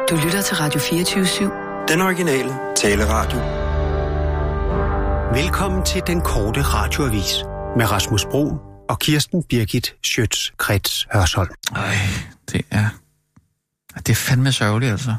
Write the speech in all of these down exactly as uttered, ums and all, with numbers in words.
Du lytter til Radio fireogtyve syv. Den originale taleradio. Velkommen til den korte radioavis med Rasmus Broen og Kirsten Birgit Schøtz-Krets Hørsholm. Ej, det er... Det er fandme sørgeligt, altså.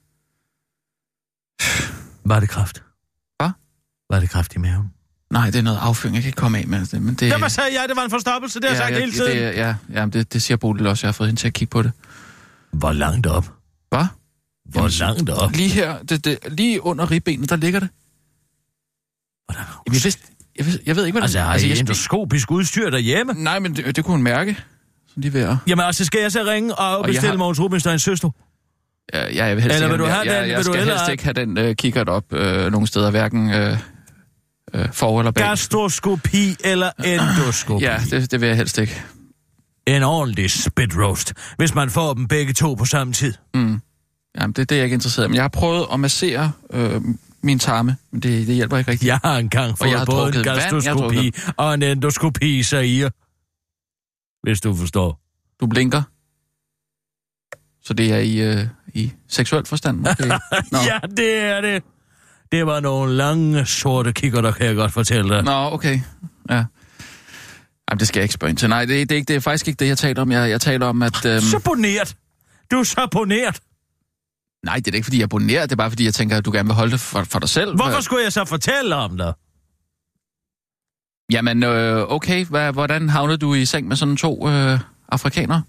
Var det kræft? Hvad? Var det kræft i maven? Nej, det er noget afføring, jeg kan ikke komme af med. Men det... Jamen, sagde jeg, det var en forstoppelse, det har jeg ja, sagt ja, hele tiden. Det, ja, ja det, det siger Bodil også, jeg har fået hende til at kigge på det. Hvor langt op? Hvad? Hvor Jamen, langt op? Lige her, det, det, lige under ribbenet, der ligger det. Hvordan? Jeg, vidste, jeg, vidste, jeg ved ikke, hvordan... Altså, har altså, I jeg endoskopisk udstyr derhjemme? Nej, men det, det kunne hun mærke. Sådan lige ved at... Jamen, altså, skal jeg så ringe og, og bestille har... Mogens Rubinsteins søster? Ja, ja, jeg vil helst, eller vil ikke, du have jeg, den? jeg, jeg vil skal du helst eller... ikke have den øh, kikkert op øh, nogle steder, hverken øh, øh, for eller bag. Gastroskopi eller endoskopi? Ja, det, det vil jeg helst ikke. En ordentlig spit roast, hvis man får dem begge to på samme tid. Mm. Jamen, det, det er jeg ikke interesseret i. Men jeg har prøvet at massere øh, min tarme, men det, det hjælper ikke rigtigt. Jeg har engang fået både en gastroskopi vand, og en endoskopi, Sair. Hvis du forstår. Du blinker. Så det er i, øh, i seksuel forstand, måske? Ja, det er det. Det var nogle lange, sorte kigger, der kan jeg godt fortælle dig. Nå, okay. Ja. Jamen, det skal jeg ikke spørge ind til. Nej, det, det, er ikke, det er faktisk ikke det, jeg taler om. Jeg, jeg taler om, at... Øhm... Så boneret. Du er så boneret. Nej, det er ikke, fordi jeg er boneret. Det er bare, fordi jeg tænker, at du gerne vil holde det for, for dig selv. Hvorfor skulle jeg så fortælle om det? Jamen, øh, okay. Hvad, hvordan havnede du i seng med sådan to øh, afrikanere?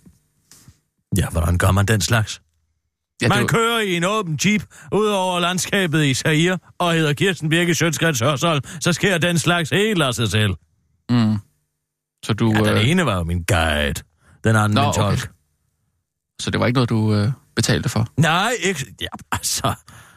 Ja, hvordan gør man den slags? Ja, man du... kører i en åben jeep ud over landskabet i Sair og hedder Kirsten Birke Schøtz-Krets Hørsholm, så sker den slags helt af sig selv. Mm. Så du... Ja, den øh... ene var jo min guide. Den anden Nå, min tolk. Okay. Så det var ikke noget, du øh, betalte for? Nej, ikke... Ja, altså...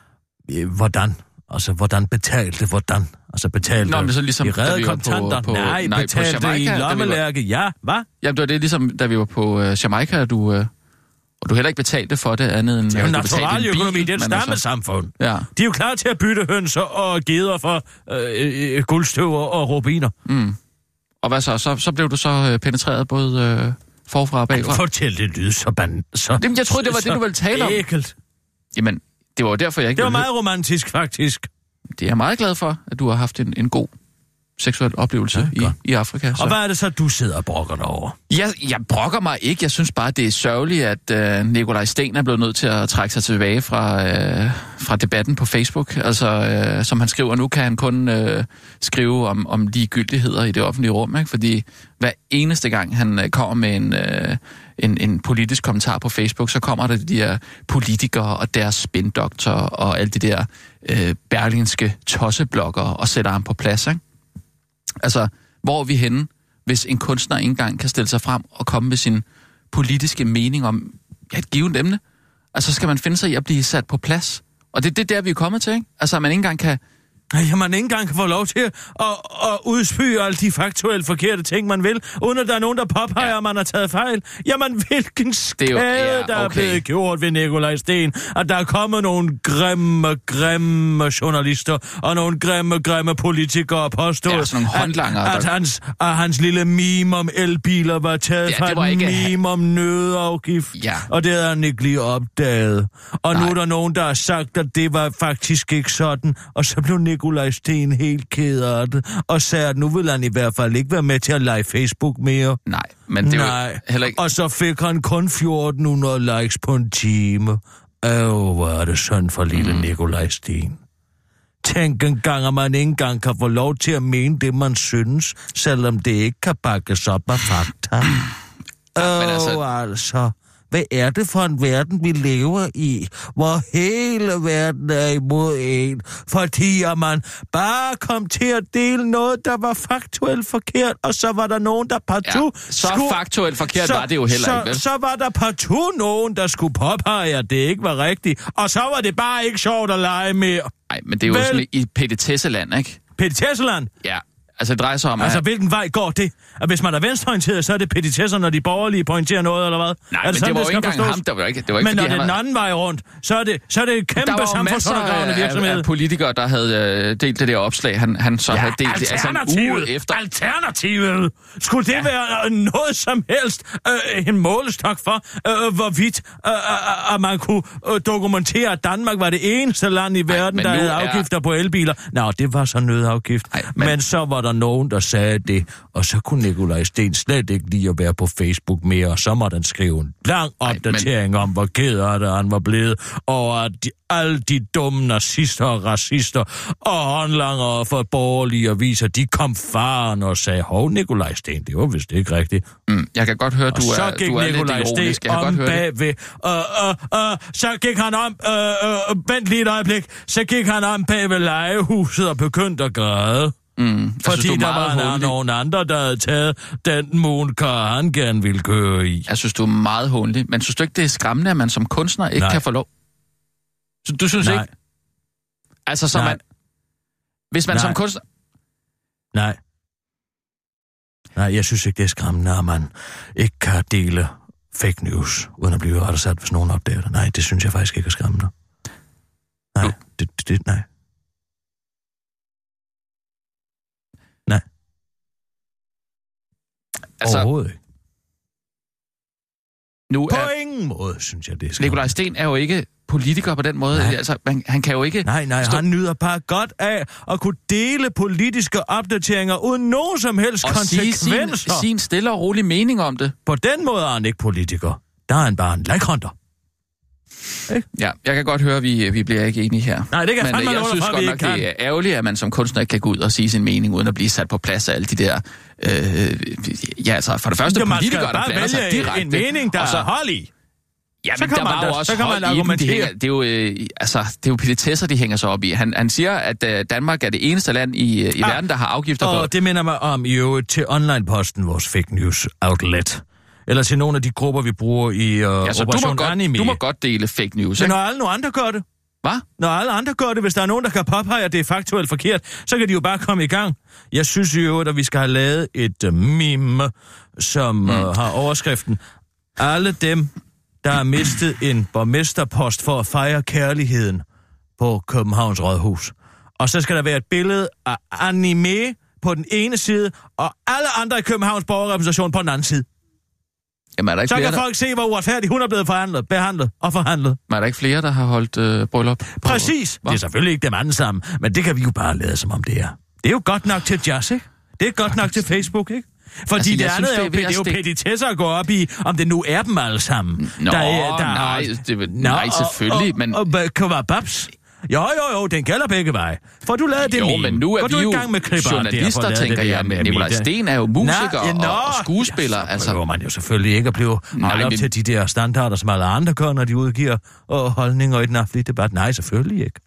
Hvordan? Altså, hvordan betalte? Hvordan? Altså, betalte... Nå, men så ligesom, i redde kontanter? På, på, nej, nej, betalte på Jamaica, i lommelærke. Var... Ja, hvad? Jamen, det var det ligesom, da vi var på øh, Jamaica, du... Øh... Og du heller ikke betalte for det andet end... Det er jo naturaløkonomi, det er et stammesamfund. Altså, ja. De er jo klar til at bytte hønser og geder for øh, øh, guldstøver og rubiner. Mm. Og hvad så? så? Så blev du så øh, penetreret både øh, forfra og bagfra? Fortæl det lyd så ban... Så, Jamen, jeg troede, det var det, du ville tale om. Ækelt. Jamen, det var jo derfor, jeg ikke Det var ville... meget romantisk, faktisk. Det er jeg meget glad for, at du har haft en, en god seksuel oplevelse ja, i, i Afrika. Så. Og hvad er det så, du sidder og brokker dig over? Jeg, jeg brokker mig ikke. Jeg synes bare, det er sørgeligt, at øh, Nikolaj Sten er blevet nødt til at trække sig tilbage fra, øh, fra debatten på Facebook. Altså, øh, som han skriver nu, kan han kun øh, skrive om, om ligegyldigheder i det offentlige rum. Ikke? Fordi hver eneste gang, han øh, kommer med en, øh, en, en politisk kommentar på Facebook, så kommer der de der politikere og deres spindoktor og alle de der øh, berlinske tossebloggere og sætter ham på plads, ikke? Altså, hvor er vi henne, hvis en kunstner ikke engang kan stille sig frem og komme med sin politiske mening om ja, et givet emne? Altså, skal man finde sig i at blive sat på plads? Og det, det er der, vi er kommet til, ikke? Altså, at man ikke engang kan... Ja, man ikke engang kan få lov til at, at udspyge alle de faktuelt forkerte ting, man vil, uden at der er nogen, der påpeger, ja. at man har taget fejl. Jamen, hvilken skade, jo, ja, okay. der er blevet gjort ved Nikolaj Sten, at der er kommet nogle grimme, grimme journalister og nogle grimme, grimme politikere og påstået, ja, sådan nogle håndlanger, at, at, hans, at hans lille meme om elbiler var taget ja, fra et meme ha- om nødafgift, ja. og det havde han ikke lige opdaget. Og Nej. nu er der nogen, der har sagt, at det var faktisk ikke sådan, og så blev Nikolaj Nikolaj Sten helt ked af det, og sagde, at nu vil han i hvert fald ikke være med til at like Facebook mere. Nej, men det Nej. er jo heller ikke... Og så fik han kun fjorten hundrede likes på en time. Åh, hvor er det sådan for lille mm. Nikolaj Sten. Tænk en gang, at man ikke engang kan få lov til at mene det, man synes, selvom det ikke kan bakkes op af fakta. Åh, ja, altså... altså... Hvad er det for en verden, vi lever i, hvor hele verden er imod en, fordi at man bare kom til at dele noget, der var faktuelt forkert, og så var der nogen, der partout... Ja, så skulle... faktuelt forkert så, var det jo heller så, ikke, vel? Så var der partout nogen, der skulle påpege, at det ikke var rigtigt, og så var det bare ikke sjovt at lege mere. Nej, men det er jo vel... sådan i petitesseland, ikke? Petitesseland? Ja. Altså, det drejer sig om... Altså, at... hvilken vej går det? At hvis man er venstreorienteret, så er det petitesser, når de borgerlige pointerer noget, eller hvad? Nej, er men det, sådan, det var det jo ikke engang forstås? ham, der var ikke... Det var ikke Men når fordi, det er han den var... anden vej rundt, så er det, så er det et kæmpe der var samfundsundergravende virksomhed. af politikere, der havde øh, delt det der opslag, han, han så ja, havde delt det altså en uge efter. Alternativet! Skulle det ja. være noget som helst øh, en målestok for, øh, hvorvidt øh, øh, at man kunne øh, dokumentere, at Danmark var det eneste land i verden, Ej, der havde afgifter er... på elbiler? Nå, det var så nødafgift. Ej, men... men så var der nogen, der sagde det, og så kunne Nikolaj Sten slet ikke lide at være på Facebook mere, og så måtte han skrive en lang opdatering Ej, men... om, hvor ked af det han var blevet, og at de, alle de dumme nazister og racister og håndlangere for borgerlige aviser, de kom faren og sagde, hov, Nikolaj Sten, det var vist ikke rigtigt. Mm, jeg kan godt høre, du og er, du er lidt ironisk. Jeg kan godt høre bagved, uh, uh, uh, så gik han om, uh, uh, vent lige et øjeblik, så gik han om bag ved legehuset og begyndte at græde. Mm, fordi synes, der var nogen andre, der havde taget den moonkar, han gerne ville køre i. Jeg synes, du er meget håndelig, men synes du ikke, det er skræmmende, at man som kunstner ikke Nej. kan få lov? Så du synes Nej. ikke? Altså, så Nej. man... Hvis man Nej. som kunstner... Nej. Nej, jeg synes ikke, det er skræmmende, at man ikke kan dele fake news, uden at blive rettersat, hvis nogen opdager det. Nej, det synes jeg faktisk ikke er skræmmende. Nej, jo. det, det, nej. Nej. Altså, overhovedet ikke. Nu på er... ingen måde, synes jeg, det er skræmmende. Nikolaj Sten er jo ikke politiker på den måde. Nej. Altså, man, han kan jo ikke... Nej, nej, stå... han nyder bare godt af at kunne dele politiske opdateringer uden nogen som helst og konsekvenser. Sige sin, sin stille og rolig mening om det. På den måde er han ikke politiker. Der er han bare en like-hunter. Ikke? Ja, jeg kan godt høre, at vi, vi bliver ikke enige her. Nej, det kan Men fandme jeg synes fra, godt nok, kan. det er ærgerligt, at man som kunstner ikke kan gå ud og sige sin mening, uden at blive sat på plads af alle de der... Øh, ja, altså, for det første jo, politikere, der blander sig direkte. En mening, der så, er hold i. Ja, men der var jo også hold i dem. De hænger, det er jo, øh, altså, det er jo petitesser, de hænger sig op i. Han, han siger, at øh, Danmark er det eneste land i, i ah, verden, der har afgifter og på... Og det minder mig om i øvrigt til Online-posten, vores fake news outlet. Eller til nogle af de grupper, vi bruger i uh, ja, Operation du må godt, Anime. Du må godt dele fake news, Men ikke? når alle nogle andre gør det... Hvad? Når alle andre gør det, hvis der er nogen, der kan påpege, at det er faktuelt forkert, så kan de jo bare komme i gang. Jeg synes jo, at vi skal have lavet et uh, meme, som mm. uh, har overskriften: alle dem, der har mistet en borgmesterpost for at fejre kærligheden på Københavns Rådhus. Og så skal der være et billede af anime på den ene side, og alle andre i Københavns borgerrepræsentation på den anden side. Jamen, er der ikke så flere, kan der... folk se, hvor uretfærdigt hun er blevet forhandlet, behandlet og forhandlet. Men er der ikke flere, der har holdt øh, bryllup? Præcis. Hva? Det er selvfølgelig ikke dem alle sammen, men det kan vi jo bare lade, som om det er. Det er jo godt nok til jazz, ikke? Det er godt nok til Facebook, ikke? Fordi altså, det andet synes, er jo, det er jo petitesser at gå op i, om det nu er dem alle sammen. Nå, der er, der nej, det, nej, selvfølgelig, og, men... Og, og, og babs. Jo, jo, jo, den gælder begge veje. For du lavede det jo, meme. men nu er Går vi jo der, journalister, der, tænker jeg. Nikolaj Sten er jo musiker Nå, og, og skuespiller. Ja, så altså. Jo, man jo selvfølgelig ikke at blive holdt op men... til de der standarder, som alle andre gør, når de udgiver og holdninger i den offentlige debat. Nej, selvfølgelig ikke.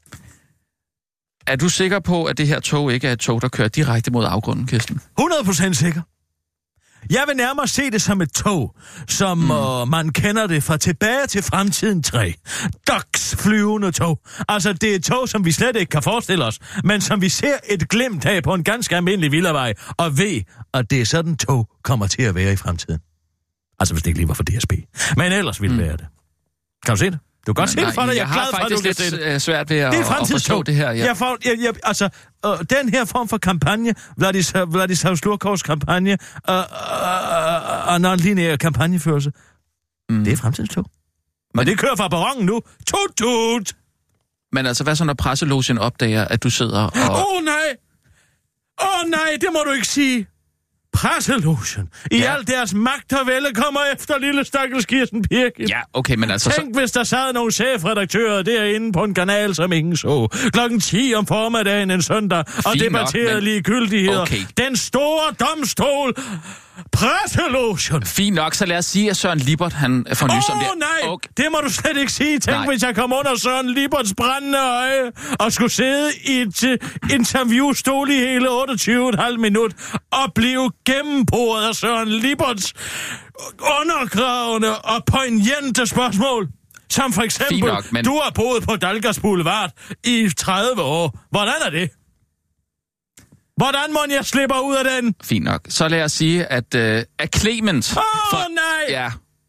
Er du sikker på, at det her tog ikke er et tog, der kører direkte mod afgrunden, Kirsten? hundrede procent sikker. Jeg vil nærmere se det som et tog, som mm. uh, man kender det fra Tilbage til Fremtiden tre. Dogs flyvende tog. Altså, det er et tog, som vi slet ikke kan forestille os, men som vi ser et glimt af på en ganske almindelig villavej, og ved, at det er sådan et tog kommer til at være i fremtiden. Altså, hvis det ikke lige var for D S B. Men ellers ville mm. være det. Kan du se det? Du kan godt se det for dig. Jeg, jeg er glad for, at du kan se det. Jeg har faktisk lidt svært ved at, det er at forstå det her. Ja. Jeg får, jeg, jeg, altså, øh, den her form for kampagne, Vladislav, Vladislav Slurkovs kampagne, øh, øh, og non-lineær kampagneførelse, mm. det er fremtidstog. Men og det kører fra perronen nu. Tut, tut! Men altså, hvad så, når presselogen opdager, at du sidder og... Åh, oh, nej! Åh, oh, nej, det må du ikke sige! Presselogen. I ja. al deres magt og vælde kommer efter lille stakkels Kirsten Birgit. Ja, okay, men altså... Tænk, så... hvis der sad nogle chefredaktører derinde på en kanal, som ingen så. Klokken ti om formiddagen en søndag, og Fint debatterede nok, men... ligegyldigheder. Okay. Den store domstol... Presselogen. Fint nok, så lad os sige, at Søren Lippert, han får nys om det. Åh, nej, okay. Det må du slet ikke sige. Tænk, nej. Hvis jeg kom under Søren Lipperts brændende øje, og skulle sidde i et uh, interviewstol i hele otteogtyve komma fem minut, og blive gennemboret af Søren Lipperts undergravende og poignante spørgsmål. Som for eksempel, nok, men... du har boet på Dalgas Boulevard i tredive år. Hvordan er det? Hvordan må jeg slipper ud af den? Fint nok. Så lad os sige, at, øh, at Clement... Åh, oh, nej! Ja.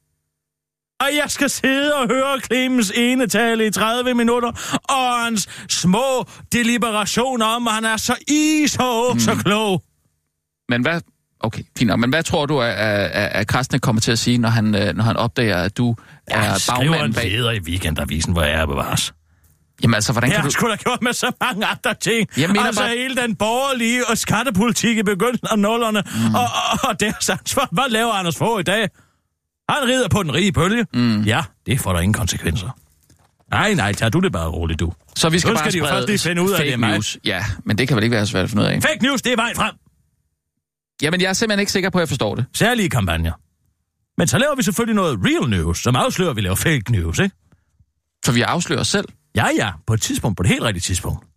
Og jeg skal sidde og høre Clemens ene tale i tredive minutter, og hans små deliberationer om, at han er så is og mm. så klog. Men hvad... Okay, fint nok. Men hvad tror du, at, at, at Krasnik kommer til at sige, når han, når han opdager, at du ja, er bagmanden bag... Jeg skriver en leder i Weekendavisen, hvor jeg er bevares. Jamen altså, hvordan kan jeg du... Jeg skulle da gjort med så mange andre ting. Jeg mener altså bare... hele den borgerlige og skattepolitik i begyndelsen af nullerne, mm. og, og, og deres ansvar. Hvad laver Anders Fogh i dag? Han rider på den rige bølge. Mm. Ja, det får der ingen konsekvenser. Nej, nej, tager du det bare roligt, du. Så vi skal nu bare skal de jo først lige finde ud af det, news. Ja, men det kan vel ikke være svært at finde ud af. Fake news, det er vejen frem. Jamen, jeg er simpelthen ikke sikker på, at jeg forstår det. Særlige kampagner. Men så laver vi selvfølgelig noget real news, som afslører, at vi laver fake news, ikke? Så vi afslører os selv? Ja, ja, på et tidspunkt, på et helt rigtigt tidspunkt.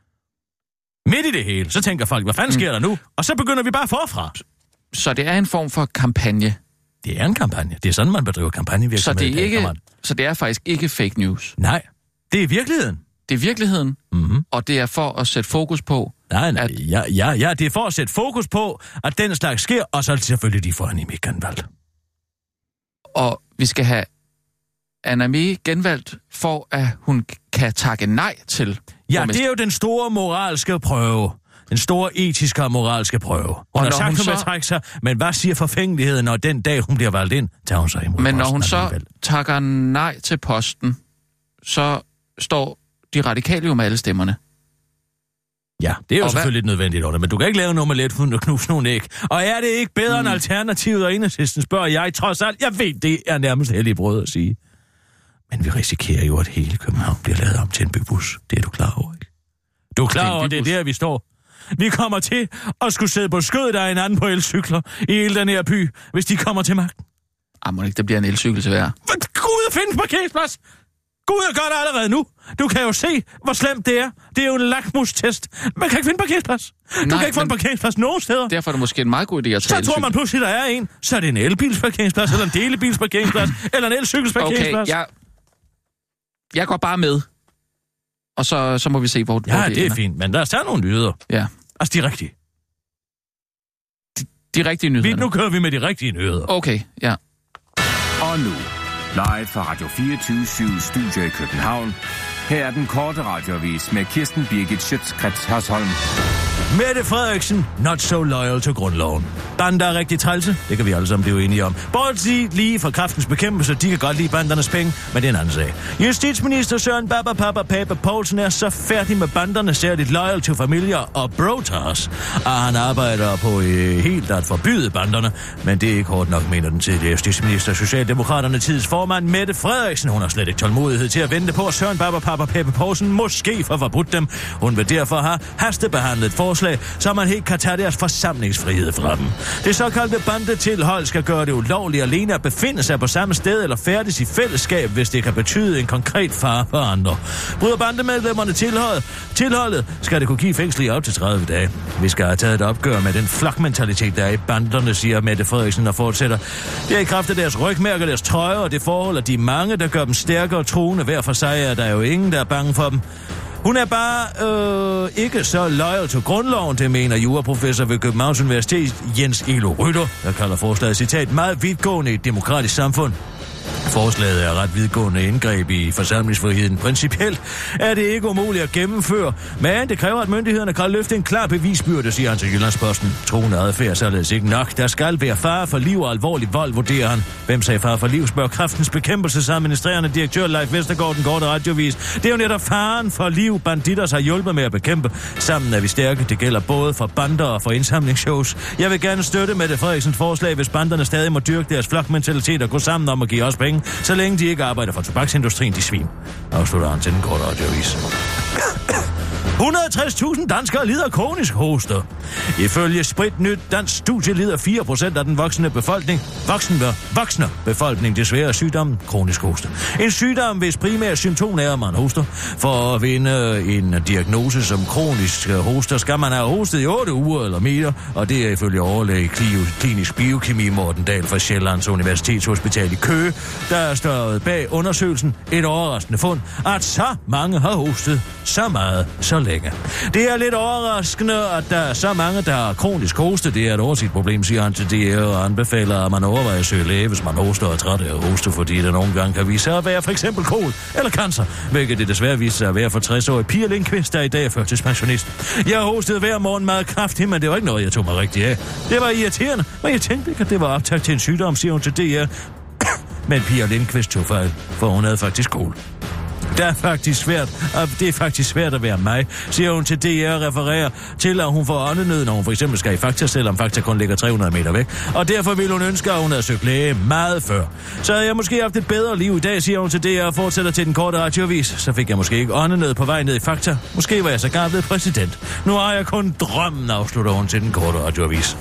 Midt i det hele, så tænker folk, hvad fanden sker mm. der nu? Og så begynder vi bare forfra. Så det er en form for kampagne? Det er en kampagne. Det er sådan, man bedriver kampagnevirksomhed. Så det er, ikke, så det er faktisk ikke fake news? Nej, det er virkeligheden. Det er virkeligheden, mm-hmm. og det er for at sætte fokus på... Nej, nej, at... ja, ja, ja, det er for at sætte fokus på, at den slags sker, og så er det selvfølgelig de foran i mig genvalgt. Og vi skal have Anna Mie genvalgt, for at hun kan takke nej til... Ja, det er jo den store moralske prøve. Den store etiske og moralske prøve. Hun og har sagt, hun så... vil trække sig, men hvad siger forfængeligheden, når den dag, hun bliver valgt ind, tager hun sig imod Men når hun så alligevel. takker nej til posten, så står de radikale jo med alle stemmerne. Ja, det er jo og selvfølgelig hvad... nødvendigt under, men du kan ikke lave noget med let for at knuse nogle æg. Og er det ikke bedre mm. end alternativet og Enhedslisten, spørger jeg trods alt. Jeg ved, det er nærmest heldig brød at sige. Men vi risikerer jo, at hele København bliver lavet om til en bybus. Det er du klar over, ikke? Du er klar over, det er der, vi står. Vi kommer til at skulle sidde på skødet af hinanden på elcykler i hele den her by, hvis de kommer til magten. Ah, må ikke, der bliver en elcykel til hver. Gå ud og find en parkeringsplads! Gå ud og gør det allerede nu. Du kan jo se, hvor slemt det er. Det er jo en lakmustest. Man kan ikke finde en parkeringsplads. Du Nej, kan ikke få en parkeringsplads nogen steder. Derfor er det måske en meget god idé at tage Så tror man pludselig, der er en. Så er det en elbilsparkeringsplads, eller en delebilsparkeringsplads, eller en elcykelsparkeringsplads. Okay, jeg... jeg går bare med. Og så, så må vi se, hvor, ja, hvor det Ja, det er ender. fint, men lad os tage nogle nyheder. Ja. Altså, de rigtige. De, de rigtige nyheder. Vi, nu kører vi med de rigtige nyheder. Okay, ja. Og nu, live fra Radio fireogtyve syv Studio i København. Her er den korte radioavis med Kirsten Birgit Schøtz-Krets Hørsholm. Mette Frederiksen, not so loyal til grundloven. Bander er rigtig trælse, det kan vi alle sammen blive enige om. Bortset lige fra Kræftens Bekæmpelse, de kan godt lide bandernes penge, men det er en anden sag. Justitsminister Søren Baba Papa Pape Poulsen er så færdig med banderne, særligt loyal til familier og brotars, og han arbejder på øh, helt at forbyde banderne, men det er ikke hårdt nok, mener den tidligere justitsminister Socialdemokraterne tids formand Mette Frederiksen. Hun har slet ikke tålmodighed til at vente på, at Søren Baba Papa Pape Poulsen måske får forbudt dem. Hun vil derfor have hastebehandlet et forslag, så man helt kan tage deres forsamlingsfrihed fra dem. Det såkaldte bandetilhold skal gøre det ulovligt alene at befinde sig på samme sted eller færdes i fællesskab, hvis det kan betyde en konkret fare for andre. Bryder bandemedlemmerne tilhold, tilholdet, skal det kunne give fængsel i op til tredive dage. Vi skal have taget et opgør med den flokmentalitet, der er i banderne, siger Mette Frederiksen og fortsætter. Det er i kraft af deres rygmærker, deres trøjer og det forhold, at de mange, der gør dem stærkere og troende hver for sig, er der jo ingen, der er bange for dem. Hun er bare øh, ikke så loyal til grundloven, det mener juraprofessor ved Københavns Universitet Jens Elo Rytter, der kalder forslaget citat meget vidtgående i et demokratisk samfund. Forslaget er ret vidtgående indgreb i forsamlingsfriheden. Principielt er det ikke umuligt at gennemføre, men det kræver, at myndighederne kan løfte en klar bevisbyrde, siger han til Jyllandsposten. Troende adfærd er således ikke nok. Der skal være fare for liv og alvorlig vold, vurderer han. Hvem sagde fare for liv, spørger Kræftens Bekæmpelses administrerende direktør Leif Vestergaard, den korte radiovis. Det er jo netop faren for liv, banditter har hjulpet med at bekæmpe. Sammen er vi stærke. Det gælder både for bander og for indsamlingsshows. Jeg vil gerne støtte Mette Frederiksens forslag, hvis banderne stadig må dyrke deres flokmentalitet og gå sammen om at give os penge, så længe de ikke arbejder for tobaksindustrien, de svin. Afslutter han til den korte radioavis. et hundrede og tres tusind danskere lider kronisk hoste. Ifølge Spritnyt dansk studie lider fire procent af den voksne befolkning, voksne, voksne befolkning desværre sygdommen kronisk hoste. En sygdom, hvis primære symptom er, at man hoster. For at vinde en diagnose som kronisk hoster, skal man have hostet i otte uger eller mere, og det er ifølge overlæge klinisk biokemi Morten Dahl fra Sjællands Universitetshospital i Køge, der er stået bag undersøgelsen et overraskende fund, at så mange har hostet så meget så længe. Det er lidt overraskende, at der er så mange, der har kronisk hoste. Det er et overset problem, siger han til D R, og anbefaler, at man overvejer at søge læge, hvis man hoster og er træt af at hoste, fordi det nogle gange kan vise sig at være for eksempel kol eller cancer, hvilket det desværre viser sig at være for tres-årige Pia Lindqvist, der i dag er førtidspensionist. Jeg hostede hver morgen meget kraftigt, men det var ikke noget, jeg tog mig rigtig af. Det var irriterende, men jeg tænkte ikke, at det var optakt til en sygdom, siger hun til D R. Men Pia Lindqvist tog fejl, for hun havde faktisk kol. Det er faktisk svært, og det er faktisk svært at være mig, siger hun til D R, refererer til, at hun får åndenød, når hun for eksempel skal i Fakta, selvom Fakta kun ligger tre hundrede meter væk. Og derfor ville hun ønske, at hun havde søgt læge meget før. Så havde jeg måske haft et bedre liv i dag, siger hun til D R, og fortsætter til den korte radioavis. Så fik jeg måske ikke åndenød på vej ned i Fakta. Måske var jeg så gar blevet præsident. Nu har jeg kun drømmen, afslutter hun til den korte radioavis.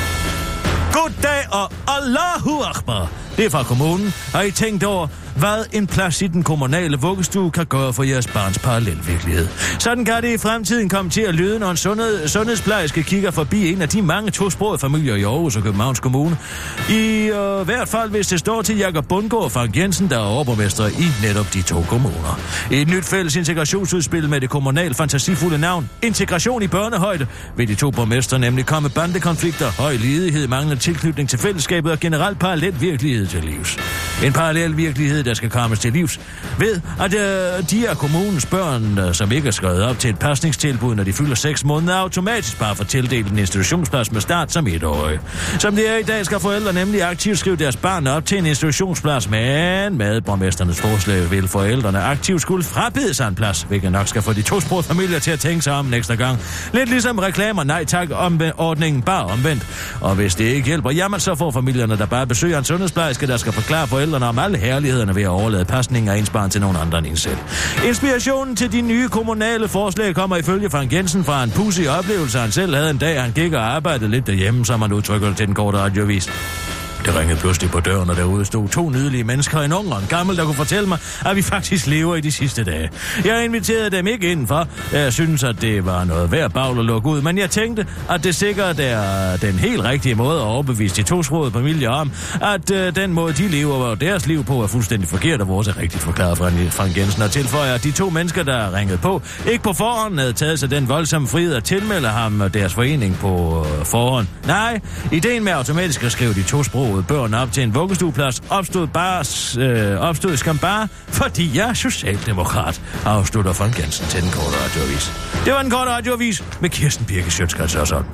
Goddag og Allahu Akbar. Det er fra kommunen. Har I tænkt over, hvad en plads i den kommunale vuggestue kan gøre for jeres barns parallelvirkelighed? Sådan kan det i fremtiden komme til at lyde, når en sundhed, sundhedsplejerske kigger forbi en af de mange tosprogede familier i Aarhus og Københavns Kommune. I øh, hvert fald, hvis det står til Jakob Bundgaard og Frank Jensen, der er overborgmester i netop de to kommuner. I et nyt fælles integrationsudspil med det kommunalt fantasifulde navn Integration i børnehøjde vil de to borgmestre nemlig komme bandekonflikter, høj ledighed, manglende tilknytning til fællesskabet og generelt parallel virkelighed til livs. En parallel virkelighed, der skal kommes til livs, ved at øh, de af kommunens børn, øh, som ikke er skrevet op til et pasningstilbud, når de fylder seks måneder, automatisk bare får tildelt en institutionsplads med start som etårige. Som det er i dag, skal forældre nemlig aktivt skrive deres barn op til en institutionsplads, men med borgmesternes forslag vil forældrene aktivt skulle frabede sig en plads, hvilket nok skal få de tosprogede familier til at tænke sig om en ekstra gang. Lidt ligesom reklamer nej tak ordningen bare omvendt. Og hvis det ikke hjælper, jamen så får familierne, der bare besøger en sundhedsplejerske, der skal forklare forældrene om alle herlighederne ved at overlade pasningen af ens barn til nogen andre end en selv. Inspirationen til de nye kommunale forslag kommer ifølge Frank Jensen fra en pudsig oplevelse, han selv havde en dag, han gik og arbejdede lidt derhjemme, som han udtrykker til den korte radioavis. Det ringede pludselig på døren, og derude stod to nydelige mennesker, en ung og en gammel, der kunne fortælle mig, at vi faktisk lever i de sidste dage. Jeg inviterede dem ikke indenfor. Jeg synes, at det var noget værd bagl at lukke ud, men jeg tænkte, at det sikkert er den helt rigtige måde at overbevise de tosprogede familier om, at øh, den måde, de lever og deres liv på, er fuldstændig forkert, og vores er rigtigt forklaret fra Frank Jensen, og tilføjer, at de to mennesker, der ringede på, ikke på forhånd havde taget sig den voldsomme frihed at tilmelde ham og deres forening på øh, forhånd. Nej, ideen med automatisk at skrive de tosprogede børn op til en vuggestueplads opstod bare øh, opstod skam bare, fordi jeg er socialdemokrat, afslutter Frank Jensen til den korte radioavis. Det var den korte radioavis med Kirsten Birke Sjøtskrets og sådan.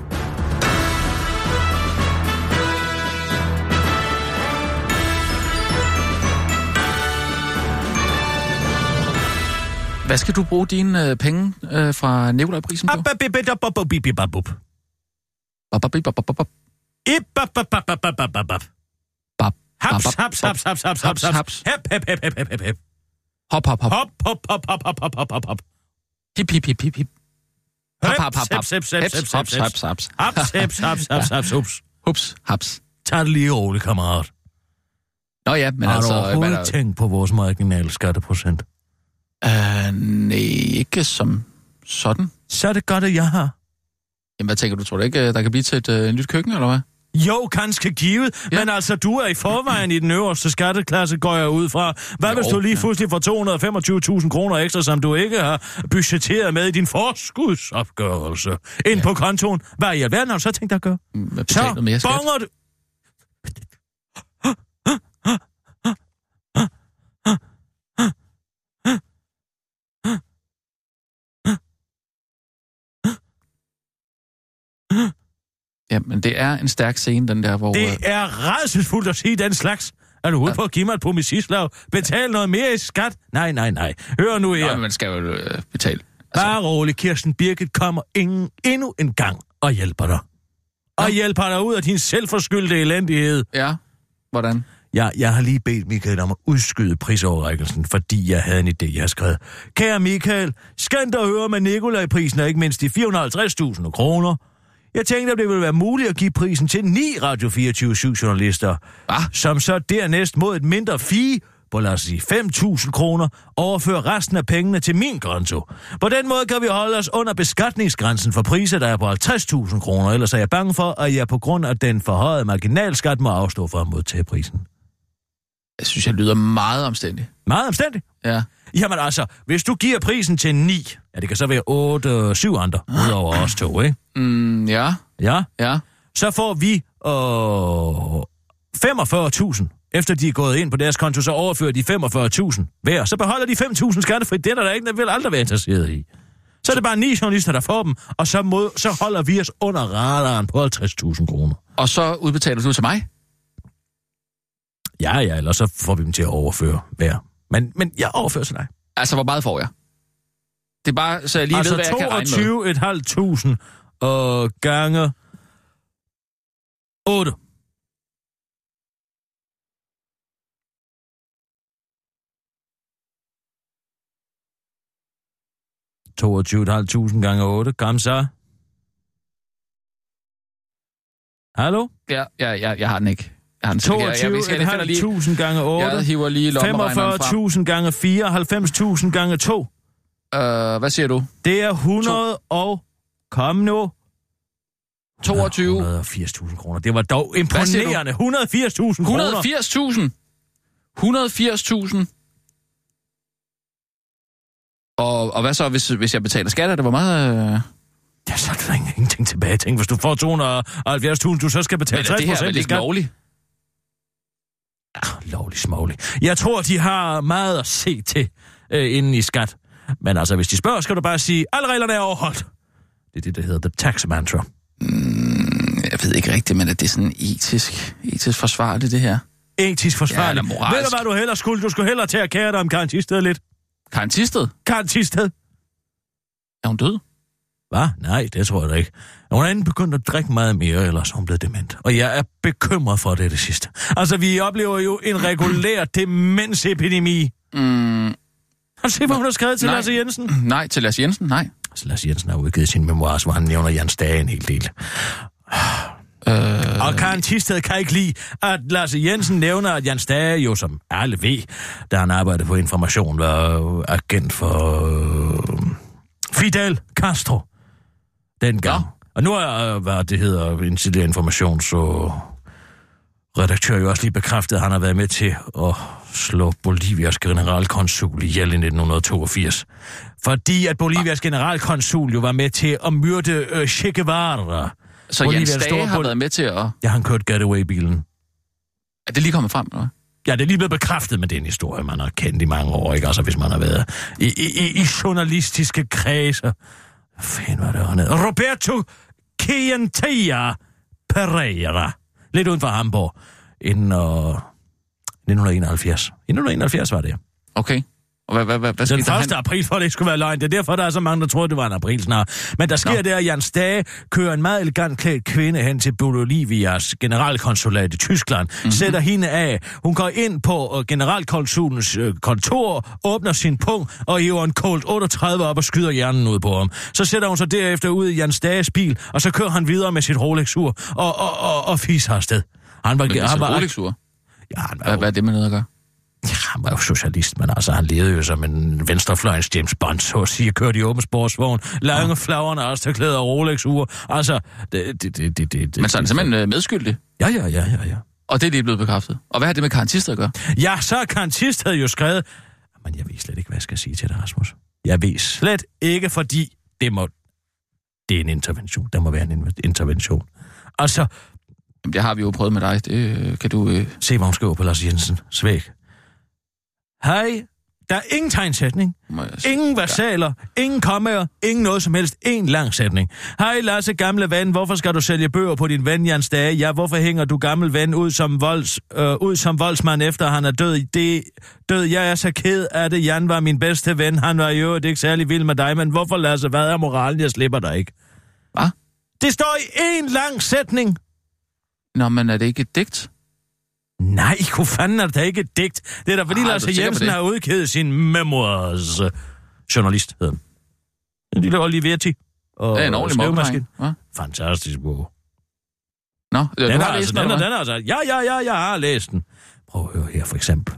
Hvad skal du bruge dine øh, penge øh, fra Nikolaj-prisen på? Haps, haps, haps, haps, haps, haps, haps. Hep, hep, hep, hep, hep, hep. Hop, hop, hop. Hop, hop, hop, hop, hop, hop, hop, hop, hop. Hip, hip, hip, hip, hip. Hop, hop, hop, hop. Haps, haps, haps, haps, haps, haps, haps. haps, haps, haps, haps, haps, haps. Hups, haps. Tag det lige roligt, kammerat. Nå ja, men har altså... Har du overhovedet der... tænkt på vores marginale skatteprocent? Uh, nej, ikke som sådan. Så er det godt, at jeg har. Jamen, hvad tænker du? Tror du ikke, der kan blive til et uh, nyt køkken, eller hvad? Jo, ganske givet. Ja. Men altså, du er i forvejen i den øverste skatteklasse, går jeg ud fra. Hvad jo, hvis du lige pludselig får to hundrede og femogtyve tusind kroner ekstra, som du ikke har budgetteret med i din forskudsopgørelse ind ja. på kontoen? Hvad i alverden har du så tænkt dig at gøre? Så bonger du... Ja, men det er en stærk scene, den der, hvor... Det er rædselsfuldt at sige den slags. Er du ude ja. på at give mig et promisislag? Betal noget mere i skat? Nej, nej, nej. Hør nu her. Nå, men man skal jo øh, betale. Altså... Bare rolig, Kirsten Birgit kommer ingen, endnu en gang og hjælper dig. Og ja. hjælper dig ud af din selvforskyldte elendighed. Ja, hvordan? Ja, jeg har lige bedt Michael om at udskyde prisoverrækkelsen, fordi jeg havde en idé, jeg har skrevet. Kære Michael, skynd dig at høre med Nikolaj-prisen og ikke mindst de fire hundrede og halvtreds tusind kroner. Jeg tænkte, at det ville være muligt at give prisen til ni Radio fireogtyve syv journalister, ah. som så dernæst mod et mindre fee på, lad os sige, fem tusind kroner, overfører resten af pengene til min konto. På den måde kan vi holde os under beskatningsgrænsen for priser, der er på halvtreds tusind kroner, ellers er jeg bange for, at jeg på grund af den forhøjede marginalskat må afstå for at modtage prisen. Jeg synes, jeg lyder meget omstændig. Meget omstændigt? Ja. Jamen altså, hvis du giver prisen til ni, ja, det kan så være otte, syv andre, udover os to, ikke? Mm, ja. Ja? Ja. Så får vi øh, femogfyrre tusind. Efter de er gået ind på deres konto, så overfører de femogfyrre tusind hver. Så beholder de fem tusind skattefrit. Det er der ikke, der vil aldrig være interesseret i. Så er det bare ni journalister, der får dem, og så, mod, så holder vi os under radaren på halvtreds tusind kroner. Og så udbetaler du til mig? Ja, ja, eller så får vi dem til at overføre hver. Men, men jeg overfører til dig. Altså, hvor meget får jeg? Det er bare, så jeg lige altså ved, hvad jeg kan regne med. Altså toogtyve et halvt tusind og gange otte. toogtyve et halvt tusind gange otte. Kom så. Hallo? Ja, ja, ja, jeg har den ikke. Jeg har den toogtyve et halvt tusind gange otte. Jeg hiver lige lommeregneren frem. femogfyrre tusind gange fire. halvfems tusind gange to. Uh, hvad siger du? Det er hundrede og... Kom nu. toogtyve. hundrede og firs tusind kroner. Det var dog imponerende. hundrede og firs tusind kroner. hundrede og firs tusind? hundrede og firs tusind? Og, og hvad så, hvis, hvis jeg betaler skat? Er det hvor meget... Øh... Ja, så er der ingenting tilbage. Tænk, hvis du får to hundrede og halvfjerds tusind, du så skal betale tres procent. Men er det her vel ikke lovligt? Ja, lovligt småligt. Jeg tror, de har meget at se til øh, inden i skat. Men altså, hvis de spørger, skal du bare sige, alle reglerne er overholdt. Det er det, der hedder the tax mantra. Mm, jeg ved ikke rigtigt, men er det sådan etisk, etisk forsvarligt, det her? Etisk forsvarligt? Ja, eller moralsk. Ved du, hvad du hellere skulle? Du skulle hellere til at kære dig om Karen Thisted lidt. Karen Thisted? Karen Thisted. Er hun død? Hvad? Nej, det tror jeg da ikke. Hun er enten begyndt at drikke meget mere, eller så er hun blevet dement. Og jeg er bekymret for det det sidste. Altså, vi oplever jo en regulær demensepidemi. Mm. Har du set, hvad hun har skrevet til nej. Lasse Jensen? Nej, til Lasse Jensen, nej. Altså, Lasse Jensen har udgivet sin memoir, hvor han nævner Jan Stage en hel del. Øh... Og Karen Thisted kan ikke lide, at Lasse Jensen nævner, at Jan Stage jo, som alle ved, da han arbejdede på Information, var agent for øh, Fidel Castro dengang. Ja. Og nu er, hvad det hedder, Incident Information, så redaktør jo også lige bekræftet, at han har været med til at slå Bolivias generalkonsul ihjel i nitten toogfirs. Fordi at Bolivias generalkonsul jo var med til at myrde øh, Che Guevara. Så Jan Stage har været med til at... Ja, han kørte Getaway-bilen. Er det lige kommet frem, eller? Ja, det er lige blevet bekræftet med den historie, man har kendt i mange år, ikke? Altså, hvis man har været i, i, i journalistiske kredser. Hvad fanden var det hernede? Roberto Quintanilla Pereira. Lidt uden for Hamburg. Inden uh, nitten enoghalvfjerds. I nitten enoghalvfjerds var det. Okay. Og hvad, hvad, hvad, hvad den skete der? første april, for det ikke skulle være løgn. Det er derfor, der er så mange, der tror, det var en april snart. Men der sker no. det, at Jan Stage kører en meget elegant klædt kvinde hen til Bolivias generalkonsulat i Tyskland, mm-hmm. sætter hende af. Hun går ind på uh, generalkonsulens uh, kontor, åbner sin punkt og hiver en Colt otteogtredive op og skyder hjernen ud på ham. Så sætter hun sig derefter ud i Jan Stages bil, og så kører han videre med sit Rolex-ur og, og, og, og fiser afsted. Han var, Men han var, Rolex-ur? Ja, han var hvad, hvad er det med noget at gøre? Ja, han var jo socialist, men altså, han levede jo som en venstrefløjens James Bond, så at sige, kørte i åben sportsvogn, lange ja. flagrende Astra-klæder og Rolex-ure. Altså, det, det, det, det, det... Men så er han simpelthen medskyldig? Ja, ja, ja, ja, ja. Og det er lige blevet bekræftet. Og hvad har det med Karen Thisted at gøre? Ja, så har Karen Thisted jo skrevet... Men jeg ved slet ikke, hvad jeg skal sige til dig, Rasmus. Jeg ved slet ikke, fordi det må... Det er en intervention. Der må være en intervention. Altså... Jamen, det har vi jo prøvet med dig. Det kan du... Øh... Se, hvor hun skriver på Lars Jensen. Svæg. Hej. Der er ingen tegnsætning. Ingen versaler. Ja. Ingen kommaer. Ingen noget som helst. En lang sætning. Hej Lasse, gamle ven. Hvorfor skal du sælge bøger på din ven Jan Stage? Ja, hvorfor hænger du gammel ven ud som, volds, øh, ud som voldsmand efter han er død? Det, død. Jeg er så ked af det. Jan var min bedste ven. Han var jo ikke særlig vild med dig. Men hvorfor, Lasse? Hvad er moralen? Jeg slipper dig ikke. Hvad? Det står i en lang sætning. Nå, men er det ikke et digt? Nej, hvor fanden er det da ikke et digt? Det er da fordi ah, Lars Jensen har udgivet sin memoirs. Uh, journalist hedder den. En lille Olivetti. Og det er en ordentlig skrivemaskine. Fantastisk bog. Nå, du den har har læst altså, den, den, den altså, ja, ja, ja, jeg har læst den. Prøv at høre her for eksempel.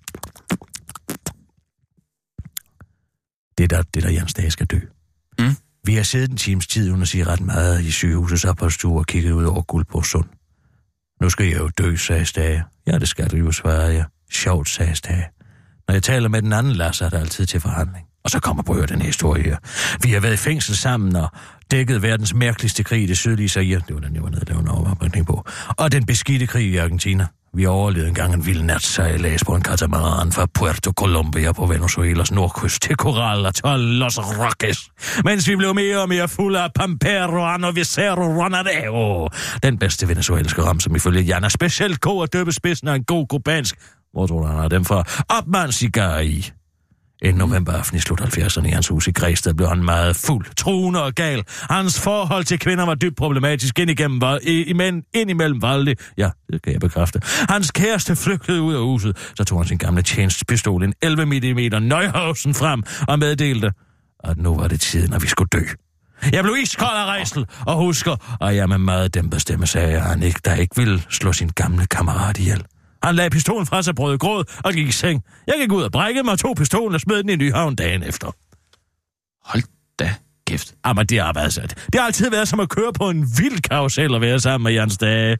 Det der, det der Jan Stage skal dø. Mm. Vi har siddet en times tid under sig ret meget i sygehusets opholdsstue og kigget ud over Guldborg Sund. Nu skal jeg jo dø, sagde Stage. Ja, det skal du jo, svarede jeg. Sjovt, sagde Stage. Når jeg taler med den anden Lasse, er der altid til forhandling. Og så kommer på at høre den historie her. Vi har været i fængsel sammen og dækket verdens mærkeligste krig i det sydlige Zaire. Det var den, jeg var nede og lavede en overbringning på. Og den beskidte krig i Argentina. Vi overlevede engang en vild natsejlads på en katamaran fra Puerto Colombia på Venezuelas nordkyst til Corral og Los Roques. Mens vi blev mere og mere fulde af Pampero og Novicero Ronadeo. Den bedste venezuelanske ram, som ifølge Jan er specielt god at døbe spidsen af en god kubansk. Hvor tror du, han har dem fra? Opmandscigar i. En novemberaften i slut halvfjerdserne i hans hus i Græsted blev han meget fuld, truende og gal. Hans forhold til kvinder var dybt problematisk ind igennem ind imellem Valde. Ja, det kan jeg bekræfte. Hans kæreste flygtede ud af huset. Så tog han sin gamle tjenestepistol, en elleve millimeter Neuhausen, frem og meddelte, at nu var det tiden, at vi skulle dø. Jeg blev iskold af rædsel og husker, og jeg med meget dæmpet stemme sagde, at han ikke, der ikke ville slå sin gamle kammerat ihjel. Han lagde pistolen fra sig, brød gråd og gik i seng. Jeg gik ud og brækkede mig, tog pistolen og smed den i Nyhavn dagen efter. Hold da kæft. Jamen, det har været sat. Det har altid været som at køre på en vild karusel og være sammen med Jan Stage.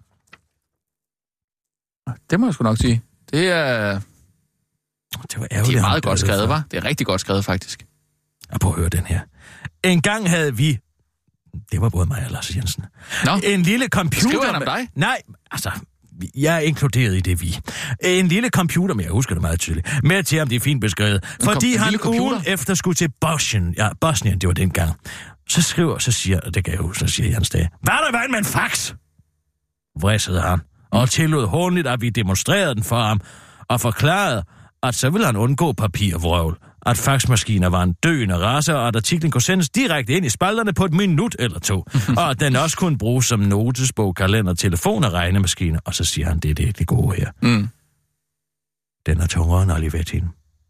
Det må jeg sgu nok sige. Det er... Det var ærgerligt. Det er meget godt skrevet, hva'? Det er rigtig godt skrevet, faktisk. Ja, prøv at høre den her. En gang havde vi... Det var både mig og Lars Jensen. Nå. En lille computer... Skriver han om dig? Nej, altså... Jeg er inkluderet i det, vi. En lille computer, men jeg husker det meget tydeligt. Med til ham, det er fint beskrevet. En fordi kom, han ugen efter skulle til Bosnien. Ja, Bosnien, det var dengang. Så skriver, så siger, det kan jeg huske, så siger Jens Dage. Hvad er der i vejen med en fax? Vrissede han. Og tillod håndligt, at vi demonstrerede den for ham. Og forklarede, at så ville han undgå papirvrøvl. At faxmaskiner var en døende race, og at artiklen kunne sendes direkte ind i spalterne på et minut eller to. Og at den også kunne bruges som notesbog, kalender, telefon og regnemaskiner. Og så siger han, det er det, det gode her. Mm. Den er tungere end Olivettien.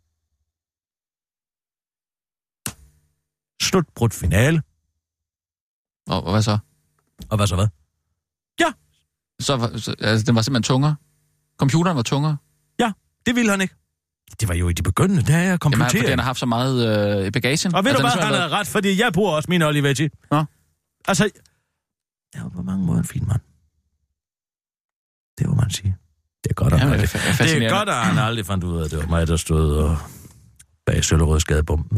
Slutbrudt finale. Og, og hvad så? Og hvad så hvad? Ja. Så, så altså, den var simpelthen tungere? Computeren var tungere? Ja, det ville han ikke. Det var jo i de begyndende dage af computeren. Jamen, fordi han har haft så meget øh, i bagagen. Og ved altså, du hvad, han havde ret, fordi jeg bruger også min Olivetti. Ja. Altså, det var på mange måder en fin mand. Det må man sige. Det er godt, at, Jamen, det er det er godt, at han aldrig fandt ud af, at det var mig, der stod og bag Søllerødsgadebomben.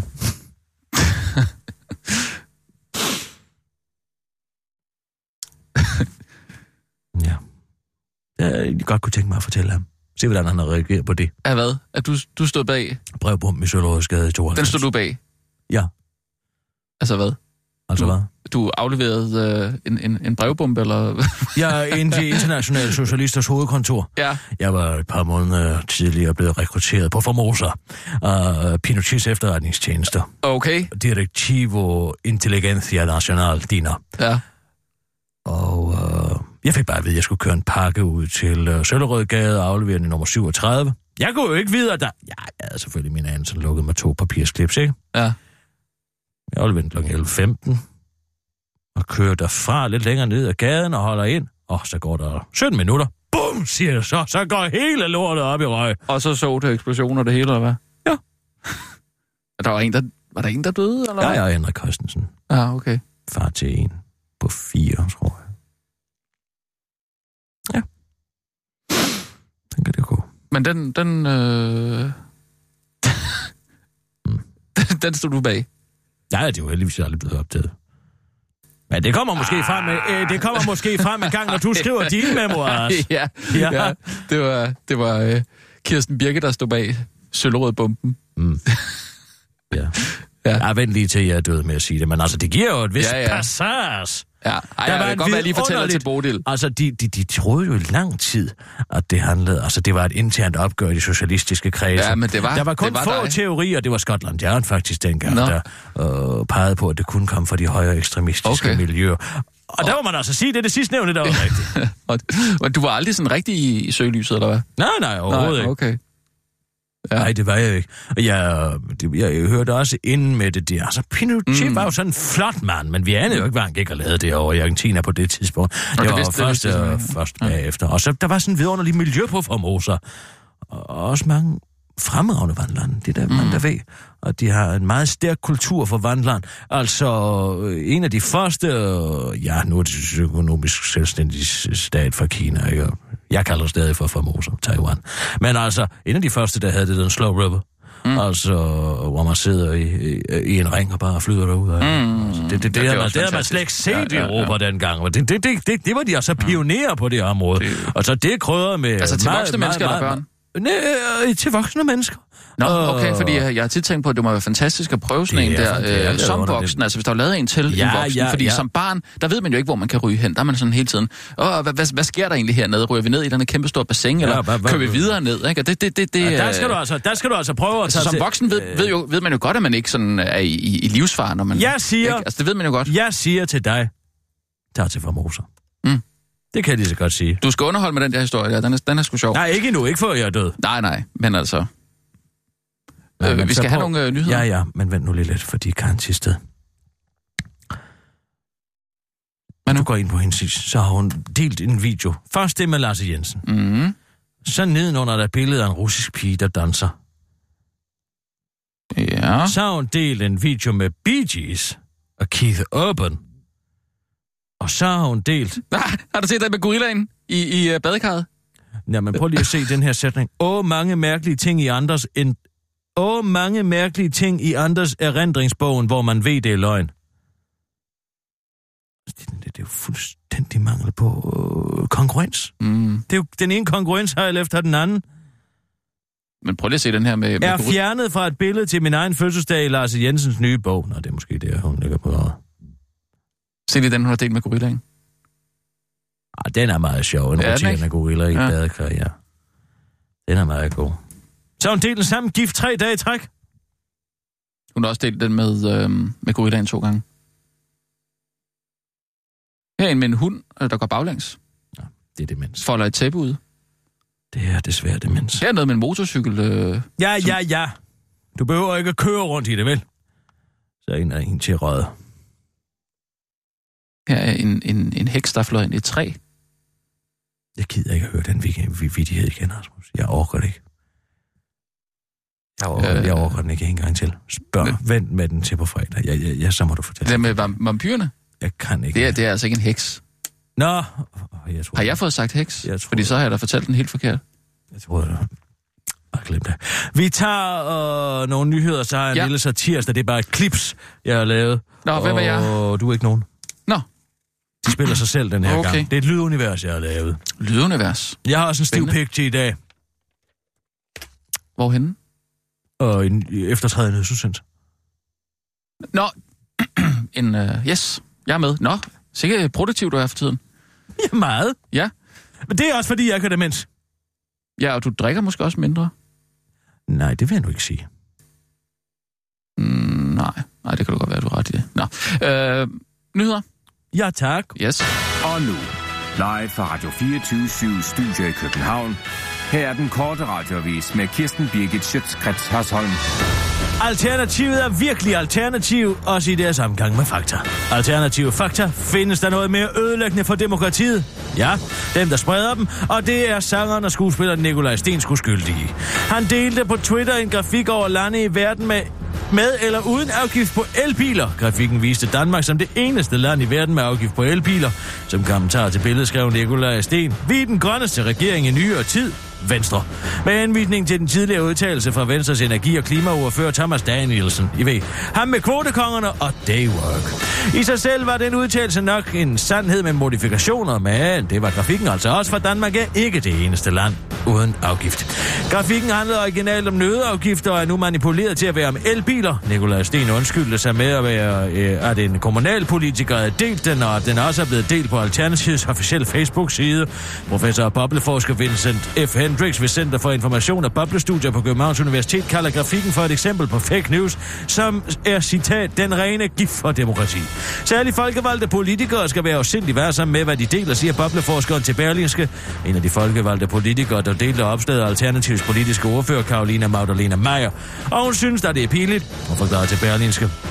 Ja. Jeg godt kunne tænke mig at fortælle ham. Se, hvordan han har reageret på det. Ja, hvad? At du, du stod bag? Brevbomben i Søllerødsgade i tooghalvfems. Den stod du bag? Ja. Altså hvad? Altså du, hvad? Du afleverede øh, en, en, en brevbombe, eller? Jeg er inde til Internationale Socialisters hovedkontor. Ja. Jeg var et par måneder tidligere blevet rekrutteret på Formosa af Pinochets efterretningstjenester. Okay. Directivo Intelligencia Nacional, D I N A. Ja. Og øh, jeg fik bare at vide, at jeg skulle køre en pakke ud til øh, Søllerødgade og aflevere den i nummer syvogtredive. Jeg kunne jo ikke vide, at der... Ja, jeg havde selvfølgelig min anden, så lukkede mig to papirsklips, ikke? Ja. Jeg afleverer den klokken elleve femten og kører derfra lidt længere ned ad gaden og holder ind. Og så går der sytten minutter. Bum, siger jeg så. Så går hele lortet op i røg. Og så så det eksplosioner det hele, eller hvad? Ja. Der var, en, der, var der en, der døde, eller ja, hvad? Ja, jeg er Henrik Christensen. Ja, okay. Far til en på fire, tror jeg. Ja. Den kan det gå. Men den, den, øh... mm. den, den stod du bag? Ja, det er jo heldigvis aldrig blevet opdaget. Men det kommer måske ah. frem med, øh, det kommer måske frem en gang, når du skriver dine memoirs. ja, ja. ja, det var, det var øh, Kirsten Birke, der stod bag Søllerød-bomben. Mm. Ja. Ja. Jeg vent lige til, jeg er død med at sige det, men altså, det giver jo et vist ja, ja. passage. Ja, ej, jeg vil godt være lige fortælle til Bodil. Altså, de, de, de troede jo i lang tid, at det handlede... Altså, det var et internt opgør i de socialistiske kredse. Ja, men det var... Der var kun var få dig. teorier, det var Scotland Yard faktisk dengang, Nå. der øh, pegede på, at det kunne komme fra de højere ekstremistiske okay. miljøer. Og, og der må man altså sige, det er det sidste nævne, der var rigtigt. Og du var aldrig sådan rigtig i, i søgelyset, eller hvad? Nej, nej, overhovedet nej, okay. ikke. Ja. Nej, det var jeg ikke. Og jeg, det, jeg, jeg hørte også inden med det der. Altså, Pinochet mm. var jo sådan en flot mand, men vi anede jo ikke, hvad han gik og lavede det over i Argentina på det tidspunkt. Det, det var vidste, først, det vidste, først ja. bagefter. Og så der var sådan en vidunderlig miljø på Formosa. Og også mange fremragende vandlande, det der mm. man der ved. Og de har en meget stærk kultur for vandland. Altså, en af de første, ja, nu er det økonomisk selvstændig stat fra Kina, ikke? Jeg kalder det stadig for Formosa, Taiwan. Men altså, en af de første, der havde det den Slow River. Mm. Altså, hvor man sidder i, i, i en ring og bare flyder derud. Mm. Altså, det, det, det, det, det, man, det havde man slet ikke set ja, ja, ja. i Europa dengang. Det, det, det, det, det var de altså pionerer på det område. Det... Og så det krydder med... Altså til voksne mennesker eller børn? Nej, til voksne mennesker. Nå, okay, fordi jeg, jeg har tit tænkt på, at det må være fantastisk at prøve sådan en der øh, som voksen. Altså hvis der er lavet en til ja, en voksen. Ja, fordi ja. som barn, der ved man jo ikke, hvor man kan ryge hen. Der er man sådan hele tiden, åh, hvad, hvad, hvad sker der egentlig hernede? Ryger vi ned i den kæmpe store bassin, ja, eller hva, hva, kører vi videre ned? Ikke? Og det, det, det, det, ja, der, skal du altså, der skal du altså prøve at altså, tage som til... voksen ved, ved, jo, ved man jo godt, at man ikke sådan er i, i, i livsfare, når man... Jeg siger... Ikke? Altså det ved man jo godt. Jeg siger til dig, tag til Formosa. Mm. Det kan jeg lige så godt sige. Du skal underholde med den der historie, ja. Den er, den er sgu sjov. Nej, ikke endnu, ikke før jeg er død. Nej, nej, men altså... Nej, øh, vi skal have nogle øh, nyheder. Ja, ja, men vent nu lige lidt, fordi Karen Thisted. Når du går ind på hendes, så har hun delt en video. Først det med Lasse Jensen. Mm. Så nedenunder der er billedet af en russisk pige, der danser. Ja. Så har hun delt en video med Bee Gees og Keith Urban. Og så har hun delt... Ah, har du set det med gorillaen i, i uh, badekarret? Jamen prøv lige at se den her sætning. Åh, mange mærkelige ting i andres... En Åh, mange mærkelige ting i andres erindringsbogen, hvor man ved, det er løgn. Det, det, det er jo fuldstændig mangel på øh, kongruens. Mm. Det er jo den ene kongruens har jeg efter den anden. Men prøv lige at se den her med... med er fjernet fra et billede til min egen fødselsdag i Lars Jensens nye bog. Nå, det er måske det, hun ligger på. Se lige den, hun har delt med gorillaen. Ah, den er meget sjov. En roterende af gorilla i ja. badekar, ja. Den er meget god. Så hun delte den samme gift tre dage i træk. Hun har også delt den med, øh, med gorillaen to gange. Her er en med en hund, der går baglæns. Ja, det er demens. Folder et tæppe ud. Det er desværre demens. Her er noget med en motorcykel. Øh, ja, som... ja, ja. Du behøver ikke at køre rundt i det, vel? Så er en af en til røde. Her er en, en, en heks, der fløj ind i et træ. Jeg gider ikke at høre den vidighed igen, Rasmus. Jeg orker det ikke. Jeg overgår, øh, jeg overgår den ikke en gang til. Spørg, men, vent med den til på fredag. Jeg, jeg, jeg, så må du fortælle. Det med vampyrerne? Jeg kan ikke. Det er, det er altså ikke en heks. Nå. Jeg tror, har jeg fået sagt heks? Jeg tror, fordi så har jeg da fortalt den helt forkert. Jeg tror, det var glemt det. Vi tager øh, nogle nyheder, så har jeg en ja. lille satirs, det er bare et klips, jeg har lavet. Nå, og hvem er jeg? Og du er ikke nogen. Nå. De spiller sig selv den her okay. gang. Det er et lydunivers, jeg har lavet. Lydunivers? Jeg har også en stiv pik til i dag. Hvorhenne? Og en eftertrædende udsendelse. Nå, en, uh, yes, jeg er med. Nå, sikkert produktiv du er for tiden. Ja, meget. Ja. Men det er også fordi, jeg kan demens. Ja, og du drikker måske også mindre. Nej, det vil jeg nu ikke sige. Mm, nej, nej, det kan du godt være, du har ret i det. Nå, øh, nyheder? Ja, tak. Yes. Og nu, live fra Radio fireogtyve syv Studio i København. Her er den korte radioavis med Kirsten Birgit Schøtz-Krets Hørsholm. Alternativet er virkelig alternativ, også i deres sammengang med fakta. Alternative fakta, findes der noget mere ødelæggende for demokratiet? Ja, dem der spreder dem, og det er sangeren og skuespilleren Nikolaj Sten skyldige. Han delte på Twitter en grafik over lande i verden med med eller uden afgift på elbiler. Grafikken viste Danmark som det eneste land i verden med afgift på elbiler. Som kommentar til billedet skrev Nikolaj Sten: vi er den grønneste regering i nyere tid. Venstre. Med henvisning til den tidligere udtalelse fra Venstres energi- og klimaordfører Thomas Danielsen. I ved, ham med kvotekongerne og daywork. I sig selv var den udtalelse nok en sandhed med modifikationer, men det var grafikken altså også, for Danmark er ikke det eneste land uden afgift. Grafikken handlede originalt om nødafgifter og er nu manipuleret til at være om elbiler. Nikolaj Sten undskyldte sig med at være, øh, at en kommunalpolitiker havde delt den, og at den også er blevet delt på Alternativets officielle Facebook-side. Professor og bobleforsker Vincent F. Hendricks ved Center for Information og Boblestudier på Københavns Universitet kalder grafikken for et eksempel på fake news, som er, citat, den rene gift for demokrati. Særligt folkevalgte politikere skal være afsindig værsomme med, hvad de deler, siger bobleforskeren til Berlingske. En af de folkevalgte politikere, der delte opslaget Alternativets politiske ordfører, Carolina Magdalena Meyer, og hun synes, at det er pinligt, og forklarer til Berlingske.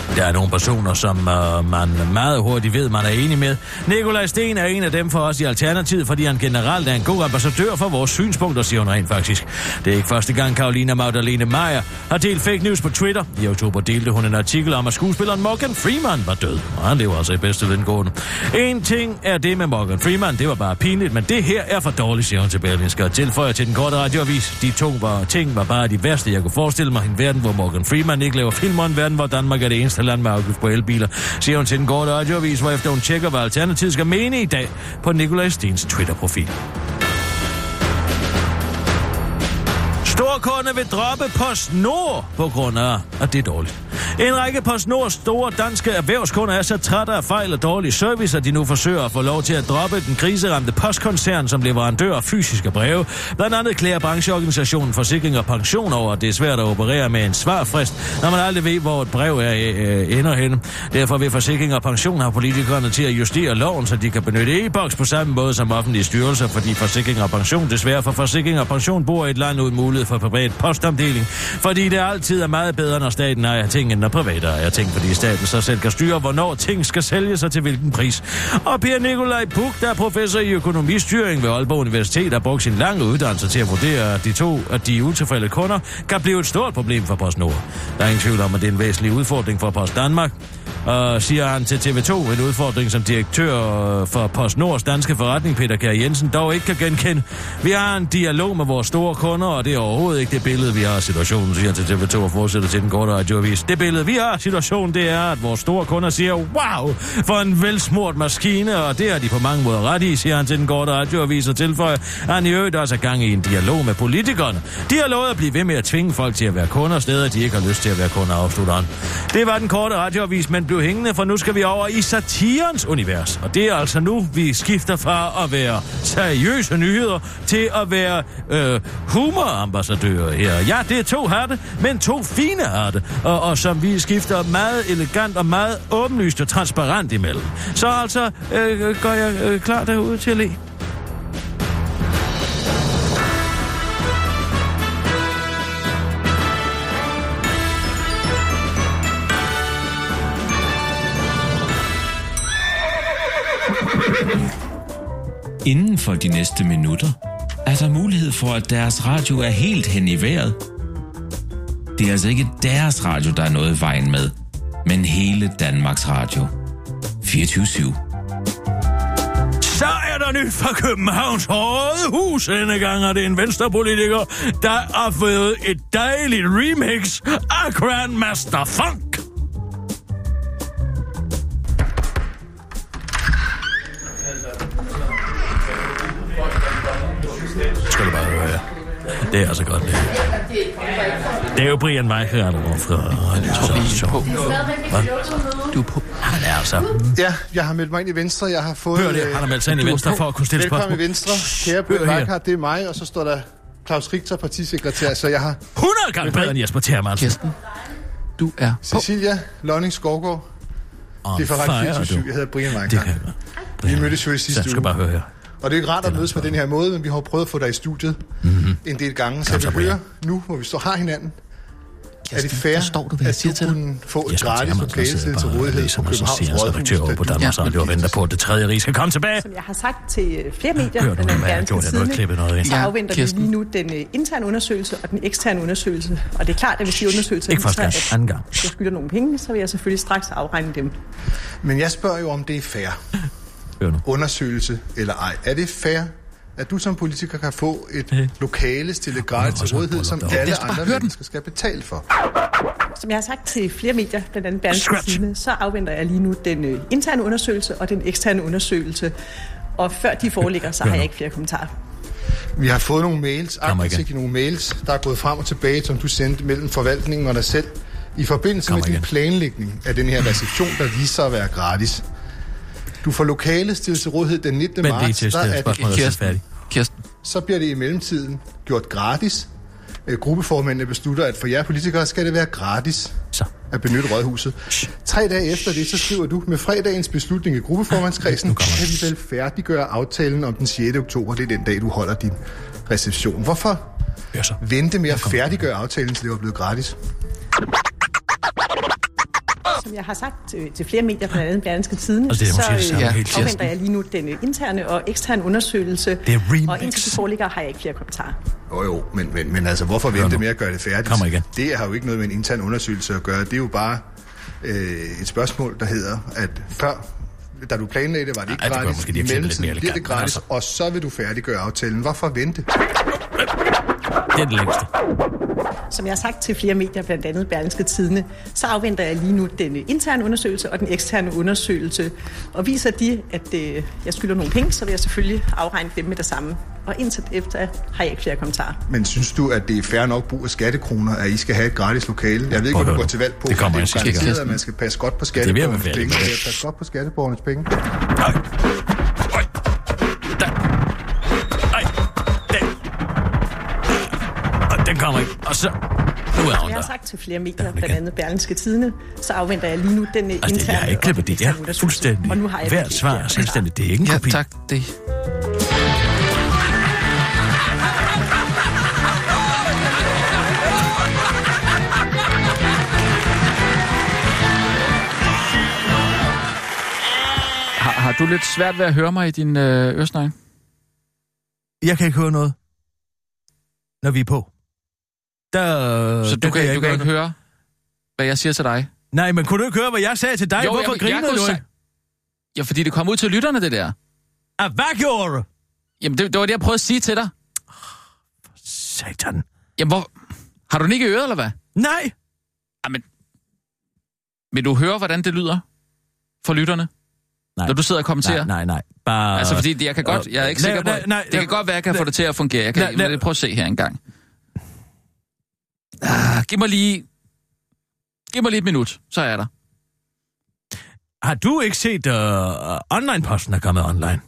Der er nogle personer, som uh, man meget hurtigt ved, man er enig med. Nikolaj Sten er en af dem for os i Alternativet, fordi han generelt er en god ambassadør for vores synspunkter, siger hun rent faktisk. Det er ikke første gang, Carolina Magdalene Meyer har delt fake news på Twitter. I oktober delte hun en artikel om, at skuespilleren Morgan Freeman var død. Og han lever altså i bedste vengården. En ting er det med Morgan Freeman, det var bare pinligt, men det her er for dårligt, siger hun til Berlingske og tilføjer til den korte radioavis. De to var, ting var bare de værste, jeg kunne forestille mig. En verden, hvor Morgan Freeman ikke laver film, og en verden, hvor Danmark er det eneste land med afgift på elbiler, siger hun til den korte radioavis, hvor efter hun tjekker, hvad Alternativet skal mene i dag på Nikolaj Stens Twitter-profil. Storkunde vil droppe PostNord på grund af, at det er dårligt. En række PostNords store danske erhvervskunder er så trætte af fejl og dårlig service, at de nu forsøger at få lov til at droppe den kriseramte postkoncern som leverandør af fysiske breve. Blandt andet klæder brancheorganisationen Forsikring og Pension over, at det er svært at operere med en svarfrist, når man aldrig ved, hvor et brev er øh, ender henne. Derfor vil Forsikring og Pension have politikerne til at justere loven, så de kan benytte e-boks på samme måde som offentlige styrelser, fordi Forsikring og Pension desværre for Forsikring og Pension bor i et land uden mulighed for privat postomdeling, fordi det altid er meget bedre, når staten ejer ting, end når private ejer ting, fordi staten så selv kan styre, hvornår ting skal sælges og til hvilken pris. Og Per Nikolaj Puk, der er professor i økonomistyring ved Aalborg Universitet, har brugt sin lange uddannelse til at vurdere, at de to af de utilfælde kunder kan blive et stort problem for PostNord. Der er ingen tvivl om, at det er en væsentlig udfordring for Post Danmark, og siger han til T V to, en udfordring som direktør for PostNords danske forretning, Peter Kjær Jensen, dog ikke kan genkende. Vi har en dialog med vores store kunder, og det er overhovedet ikke det billede, vi har af situationen, siger han til T V to og fortsætter til den korte radioavis. Det billede, vi har af situationen, det er, at vores store kunder siger, wow, for en velsmurt maskine, og det er de på mange måder ret i, siger han til den korte radioavis og tilføjer, at han i øvrigt også er gang i en dialog med politikerne. De har lovet at blive ved med at tvinge folk til at være kunder, steder de ikke har lyst til at være kunder, afslutter han. Det var den korte radioavis, men blev hængende, for nu skal vi over i satirens univers. Og det er altså nu, vi skifter fra at være seriøse nyheder til at være øh, humorambassadører her. Ja, det er to hatte, men to fine hatte, og, og som vi skifter meget elegant og meget åbenlyst og transparent imellem. Så altså øh, går jeg øh, klar derude til at le. Inden for de næste minutter er der mulighed for, at deres radio er helt hen i vejret. Det er altså ikke deres radio, der er noget i vejen med, men hele Danmarks Radio. fireogtyve syv. Så er der nyt fra Københavns Rådhus. Denne gang er det en venstrepolitiker, der har fået et dejligt remix af Grandmaster Funk. Skal du bare høre her. Det er altså godt det. Det er jo Brian Meijer, der går fra Radio. Du er på. Han er altså... Ja, jeg har meldt mig ind i Venstre. Jeg har fået... Hør det, han har meldt sig ind i Venstre for at kunne stille spørgsmål. Velkommen i Venstre. Kære Brian Meijer, det er mig, og så står der Claus Richter, partisekretær, så jeg har... hundrede gange bedre end Jesper Thermansen. Kirsten, du er på. Cecilia Lonning Skovgaard. Det er fra Radio fireogtyve syv. Jeg hedder Brian Meijer. Det kan jeg. Vi mødtes jo i sidste uge. Så skal bare høre her. Og det er ikke rart at mødes på den her måde, men vi har prøvet at få dig i studiet mm-hmm. en del gange. Så jeg vil høre nu, hvor vi står her hinanden. Er det fair, du, at du kunne få et gratis lokalested til rådighed på Københavns Rådhus? På Danmarks Radio og venter på, at det tredje rige skal komme tilbage. Som jeg har sagt til flere medier, Hør du, hvad jeg har gjort? Jeg har klippet noget ind. Så afventer vi lige nu den interne undersøgelse og den eksterne undersøgelse. Og det er klart, at hvis de undersøgelser ikke første gang, anden gang. Jeg skylder nogle penge, så vil jeg selvfølgelig straks afregne dem. Men jeg spørger jo, om det er fair. Undersøgelse eller ej. Er det fair, at du som politiker kan få et lokale stillet gratis til rådighed, som alle andre mennesker skal betale for? Som jeg har sagt til flere medier, blandt andet Berlingske, så afventer jeg lige nu den interne undersøgelse og den eksterne undersøgelse. Og før de foreligger, så har jeg ikke flere kommentarer. Vi har fået nogle mails, aktivt i nogle mails, der er gået frem og tilbage, som du sendte mellem forvaltningen og dig selv, i forbindelse med din planlægning af den her reception, der viser sig at være gratis. Du får lokale stillet til rådighed den nittende marts, der er det Kirsten. Kirsten. Så bliver det i mellemtiden gjort gratis. Gruppeformændene beslutter, at for jer politikere skal det være gratis så. at benytte rådhuset. Tre dage efter det, så skriver du, med fredagens beslutning i gruppeformandskredsen, kan vi vel færdiggøre aftalen om den sjette oktober. Det er den dag, du holder din reception. Hvorfor vente med at færdiggøre aftalen, til det var blevet gratis? Som jeg har sagt til, til flere medier, blandt andet Berlingske Tidende, altså, det, så siger, øh, afventer jeg lige nu den interne og eksterne undersøgelse. Det er remix. Og indtil det foreligger, har jeg ikke flere kommentarer. Jo jo, men, men, men altså, hvorfor vente med at gøre det færdigt? Kommer igen. Det har jo ikke noget med en intern undersøgelse at gøre. Det er jo bare øh, et spørgsmål, der hedder, at før, da du planlagde det, var det ikke ja, gratis. I mellemtiden bliver det gratis, altså. Og så vil du færdiggøre aftalen. Hvorfor vente? Det er det længste. Som jeg har sagt til flere medier, blandt andet Berlingske Tidende, så afventer jeg lige nu den interne undersøgelse og den eksterne undersøgelse. Og viser de, at øh, jeg skylder nogle penge, så vil jeg selvfølgelig afregne dem med det samme. Og indtil efter har jeg ikke flere kommentarer. Men synes du, at det er fair nok brug af skattekroner, at I skal have et gratis lokale? Jeg ved ikke, hvad du går til valg på. Det kommer det er garanteret, at man skal passe godt på skatteborgernes penge. Og passe godt på skatteborgernes penge. Nej. Den kommer ikke. Og så... Nu er hun jeg har sagt til flere medier, blandt andet Berlingske Tidende, så afventer jeg lige nu den altså, interne... Jeg er ikke klippet det. Jeg er fuldstændig. Og nu har jeg hvert svar er selvstændigt. Det er ikke en ja, kopi. tak. Det... Har, har du lidt svært ved at høre mig i din øh, øresnegl? Jeg kan ikke høre noget, når vi er på. Der, så du der kan, kan du kan ikke høre, hvad jeg siger til dig? Nej, men kunne du ikke høre, hvad jeg sagde til dig? Jo, Hvorfor jeg, griner jeg du sa- ikke? Ja, fordi det kom ud til lytterne, det der. Ah, hvad gjorde du? Jamen, det, det var det, jeg prøvede at sige til dig. Satan. Jamen, hvor... Har du den ikke i øret, eller hvad? Nej. Jamen... Vil du høre, hvordan det lyder for lytterne? Nej. Når du sidder og kommenterer? Nej, nej, nej. Bare... Altså, fordi jeg kan godt... Jeg er ikke sikker på... Nej, nej, det kan godt være, at jeg kan få det til at fungere. Jeg kan nej, prøve at se her engang. Ah, giv mig lige... Giv mig lige et minut, så er jeg der. Har du ikke set uh, online-posten, der kommet online?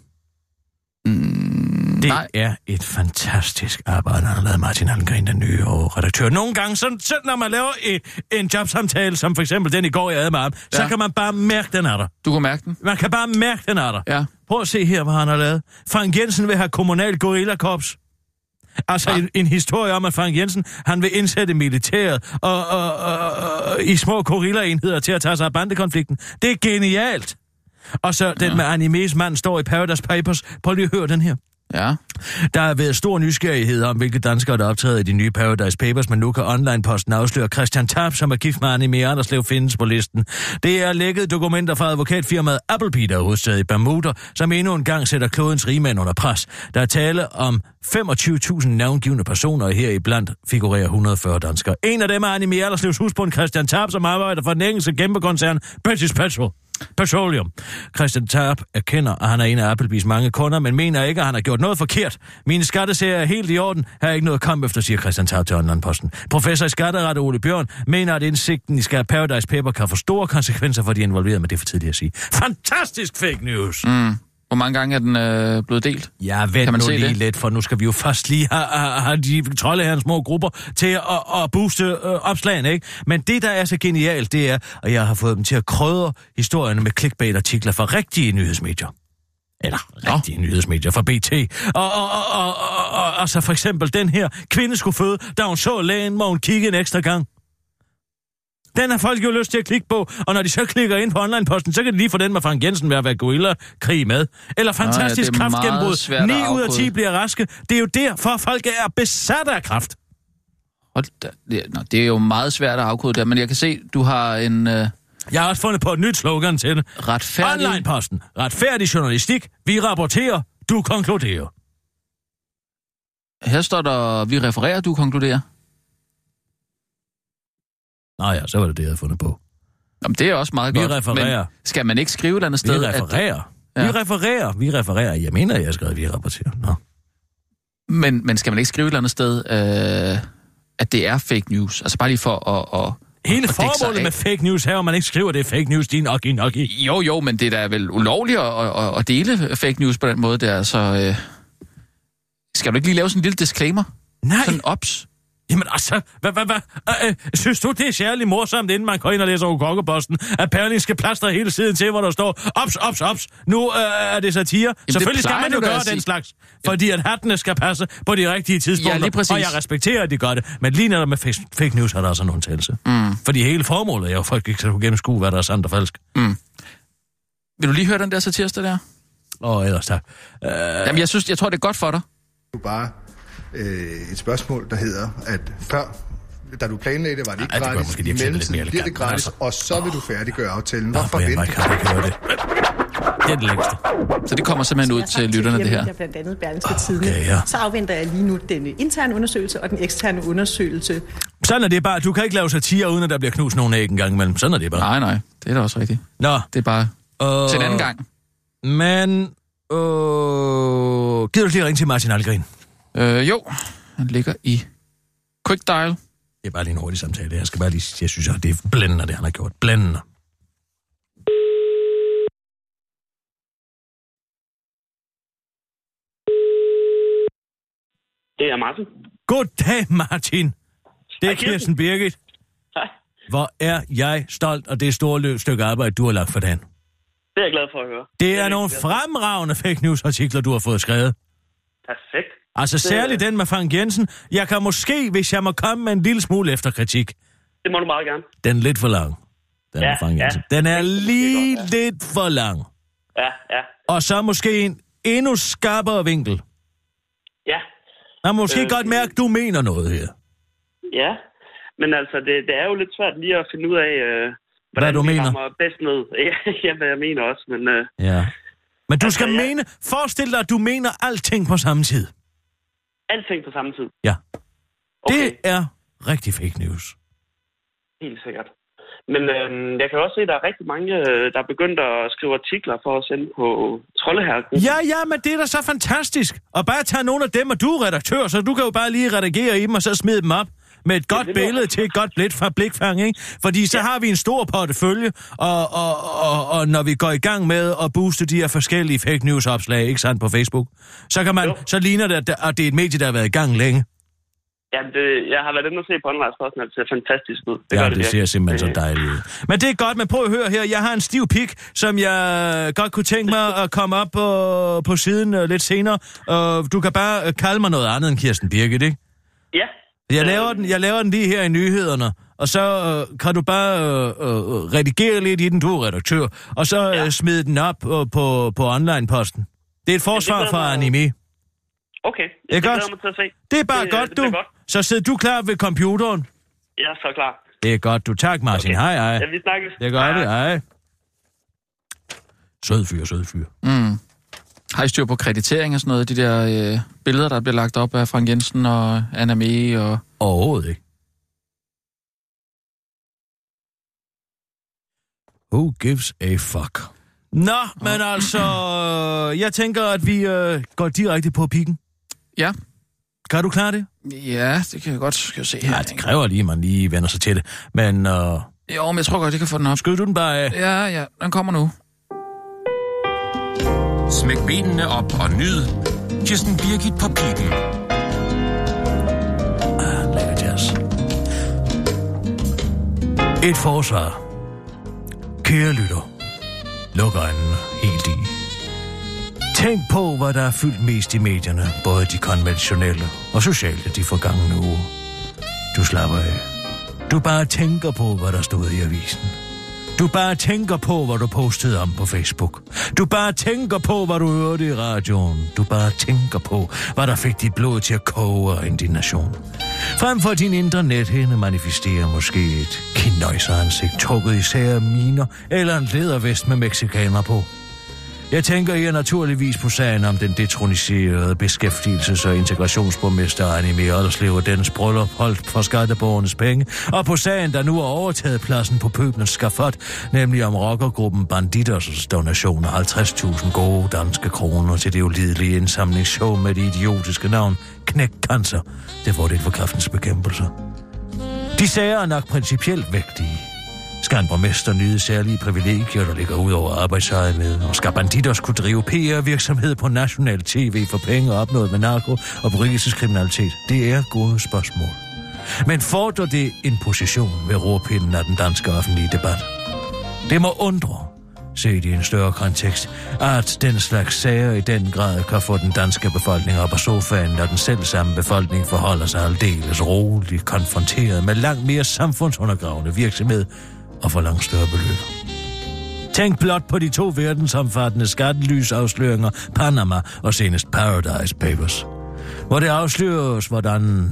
Mm, det nej. er et fantastisk arbejde, han har lavet Martin Almgren, den nye og redaktør. Nogle gange, så, så når man laver en, en jobsamtale, som for eksempel den i går, jeg havde med ham, ja. Så kan man bare mærke, den er der. Du kan mærke den? Man kan bare mærke, den er der. Ja. Prøv at se her, hvad han har lavet. Frank Jensen vil have kommunal gorilla-korps. Altså ja. en, en historie om, at Frank Jensen, han vil indsætte militæret og, og, og, og, i små gorilla-enheder til at tage sig af bandekonflikten. Det er genialt. Og så den ja. med Animes mand står i Paradise Papers. Prøv lige at høre den her. Ja. Der har været stor nysgerrighed om, hvilke danskere, der optræder i de nye Paradise Papers, men nu kan online-posten afsløre Christian Tarp, som er gift med Anime Anderslev, findes på listen. Det er lækket dokumenter fra advokatfirmaet Appleby, der er hovedsted i Bermuda, som endnu en gang sætter klodens rigmænd under pres. Der er tale om femogtyve tusind navngivne personer, og heriblandt figurerer et hundrede og fyrre danskere. En af dem er Anime Anderslevs husbund Christian Tarp, som arbejder for den engelske kæmpekoncern British Petrol. Petroleum. Christian Tarp erkender, at han er en af Applebys mange kunder, men mener ikke, at han har gjort noget forkert. Mine skattesager er helt i orden. Her er ikke noget kamp efter, siger Christian Tarp til Online-posten. Professor i skatteret Ole Bjørn mener, at indsigten i Skat Paradise Paper kan få store konsekvenser for de involverede, men det er for tidligt at sige. Fantastisk fake news! Mm. Hvor mange gange er den øh, blevet delt? Ja, vent nu lige det? lidt, for nu skal vi jo først lige have, have, have de troldeherrens små grupper til at, at booste øh, opslagene, ikke? Men det, der er så genialt, det er, at jeg har fået dem til at krydre historierne med clickbait-artikler fra rigtige nyhedsmedier. Eller rigtige ja. nyhedsmedier fra B T. Og, og, og, og, og, og, og så for eksempel den her kvinde skulle føde, da hun så lægen, må hun kigge en ekstra gang. Den har folk jo lyst til at klikke på, og når de så klikker ind på online-posten, så kan de lige få den med Frank Jensen ved at være gorilla-krig med. Eller fantastisk ja, kræftgennembrud. ni ud af ti bliver raske. Det er jo derfor, folk er besat af kræft. Det er jo meget svært at afkode der, men jeg kan se, du har en... Øh... Jeg har også fundet på et nyt slogan til det. Retfærdig... Online-posten. Retfærdig journalistik. Vi rapporterer. Du konkluderer. Her står der, vi refererer, du konkluderer. Nå ja, så var det det, jeg havde fundet på. Jamen, det er også meget vi godt. Vi refererer. Men skal man ikke skrive et andet sted? Vi refererer. At... Ja. Vi refererer. Vi refererer. Jeg mener, jeg har skrevet, vi rapporterer. Nå. Men, men skal man ikke skrive et andet sted, øh, at det er fake news? Altså bare lige for at... at Hele at formålet med fake news her, om man ikke skriver, det er fake news, din okki nokki. Jo, jo, men det er da vel ulovligt at, at, at dele fake news på den måde der, så... Øh... Skal du ikke lige lave sådan en lille disclaimer? Nej. Sådan ops? Jamen altså, hvad, hvad, hvad? Øh, synes du, det er særlig morsomt, inden man går ind og læser over Kongeposten, at Perling skal plastre hele tiden til, hvor der står, ops, ops, ops, nu øh, er det satire. Jamen, selvfølgelig skal man jo gøre den slags, fordi at hattene skal passe på de rigtige tidspunkter, ja, lige præcis. Og jeg respekterer, at de gør det. Men lige når med fake news har der også en undtagelse. Mm. Fordi hele formålet er jo, at folk ikke skal kunne gennemskue, hvad der er sandt og falsk. Mm. Vil du lige høre den der satirste der? Åh, oh, ellers tak. Uh... Jamen, jeg synes, jeg tror, det er godt for dig. Du bare øh, et spørgsmål, der hedder, at før, da du planlagde det, var det ikke ja, gratis. I mellemtiden bliver det gratis, altså. Og så vil du færdiggøre aftalen. Hvorfor vente? Jeg kan ikke høre det. Det er det længste. Så det kommer simpelthen ud til lytterne, det her. Blandt andet Berlingske Tidende. Okay, ja. Så afventer jeg lige nu den interne undersøgelse og den eksterne undersøgelse. Sådan er det bare. Du kan ikke lave satire, uden at der bliver knust nogen æg en gang imellem. Sådan er det bare. Nej, nej. Det er da også rigtigt. Nå. Det er bare uh, til en anden gang. Men... Uh, gider du lige ringe til Martin Algren? Øh, jo. Han ligger i Quick Dial. Det er bare lige en hurtig samtale. Jeg skal bare lige... Jeg synes, at det er blændende, det han har gjort. Blændende. Det er Martin. Goddag, Martin. Det er Kirsten Birgit. Hej. Hvor er jeg stolt af det store stykke arbejde, du har lagt for dagen. Det er jeg glad for at høre. Det er, er nogle fremragende fake news-artikler, du har fået skrevet. Perfekt. Altså det... særligt den med Frank Jensen. Jeg kan måske, hvis jeg må komme med en lille smule efterkritik. Det må du meget gerne. Den er lidt for lang. Den, ja, er Frank Jensen. Ja. Den er lige godt, ja. lidt for lang. Ja, ja. Og så måske en endnu skarpere vinkel. Ja. Jeg må måske øh, godt mærke, at du mener noget her. Ja, men altså, det, det er jo lidt svært lige at finde ud af, øh, hvordan hvad du mener. Bedst ned. Ja, hvad jeg mener også, men... Øh, ja. Men du skal altså, mene... Forestil dig, at du mener alting på samme tid. Alting på samme tid? Ja. Okay. Det er rigtig fake news. Helt sikkert. Men øh, jeg kan også se, at der er rigtig mange, der er begyndt at skrive artikler for at sende på Troldeherregruppen. Ja, ja, men det er da så fantastisk. Og bare tage nogle af dem, og du er redaktør, så du kan jo bare lige redigere i dem, og så smide dem op med et godt billede til et godt blik fra blikfang, ikke? Fordi så ja. har vi en stor portefølje, og, og, og, og når vi går i gang med at booste de her forskellige fake news-opslag, ikke sandt, på Facebook, så kan man, jo. så ligner det, at det er et medie, der har været i gang længe. Jamen, det, jeg har været inde og se på online-posten, at det ser fantastisk ud. Det ja, gør det, det ser simpelthen så dejligt ud. Men det er godt, men prøv at høre her. Jeg har en stiv pik, som jeg godt kunne tænke mig at komme op på, på siden uh, lidt senere. Uh, du kan bare uh, kalde mig noget andet end Kirsten Birgit, ikke? Ja. Jeg laver, den, jeg laver den lige her i nyhederne, og så uh, kan du bare uh, uh, redigere lidt i den, du er redaktør, og så uh, ja. smide den op uh, på, på online-posten. Det er et forsvar ja, fra Anime. Okay, jeg det glæder mig til at se. Det er bare det, godt, det du. Godt. Så sidder du klar ved computeren? Ja, så klar. Det er godt, du. Tak, Martin. Okay. Hej, hej. Ja, vi snakkes. Det gør det, hej. Sød fyr, sød fyr. Mm. Har I styr på kreditering og sådan noget? De der øh, billeder, der bliver lagt op af Frank Jensen og Anna Mee og... Overhovedet ikke. Who gives a fuck? Nå, men altså, jeg tænker, at vi øh, går direkte på pikken. Ja. Kan du klare det? Ja, det kan jeg godt skal jeg se her. Ja, det kræver lige, at man lige vender sig til det. Men... Øh... Jo, men jeg tror godt, jeg kan få den op. Skyd du den bare af? Ja, ja, den kommer nu. Smæk benene op og nyd Kirsten Birgit på pikken. Ah, lækker jazz. Et forsvar. Kære lytter. Luk øjnene helt i. Tænk på, hvad der er fyldt mest i medierne, både de konventionelle og sociale de forgangne uger. Du slapper af. Du bare tænker på, hvad der stod i avisen. Du bare tænker på, hvad du postede om på Facebook. Du bare tænker på, hvad du hørte i radioen. Du bare tænker på, hvad der fik dit blod til at koge af indignation. Frem for din indre nethinde manifesterer måske et kinøjseransigt trukket i sære miner eller en lædervest med mexikaner på. Jeg tænker her naturligvis på sagen om den detroniserede beskæftigelses- og integrationsborgmester Anime Odderslev og dennes bryllup holdt for skatteborgernes penge, og på sagen, der nu har overtaget pladsen på pøbelens skafot, nemlig om rockergruppen Banditers donation af halvtreds tusind gode danske kroner til det ulidelige indsamlingsshow med det idiotiske navn Knæk Cancer. Det får det for kræftens bekæmpelse. De sager er nok principielt vægtige. Skal en borgmester nyde særlige privilegier, der ligger ud over arbejdsejet med? Og skal banditter kunne drive P R-virksomhed på national tv for penge opnået med narko og berigelseskriminalitet? Det er gode spørgsmål. Men fordrer det en position ved rorpinden af den danske offentlige debat? Det må undre, set i en større kontekst, at den slags sager i den grad kan få den danske befolkning op af sofaen, når den selv samme befolkning forholder sig aldeles roligt konfronteret med langt mere samfundsundergravende virksomhed og for langt større beløb. Tænk blot på de to verdensomfattende skattelysafsløringer, Panama og senest Paradise Papers, hvor det afsløres, hvordan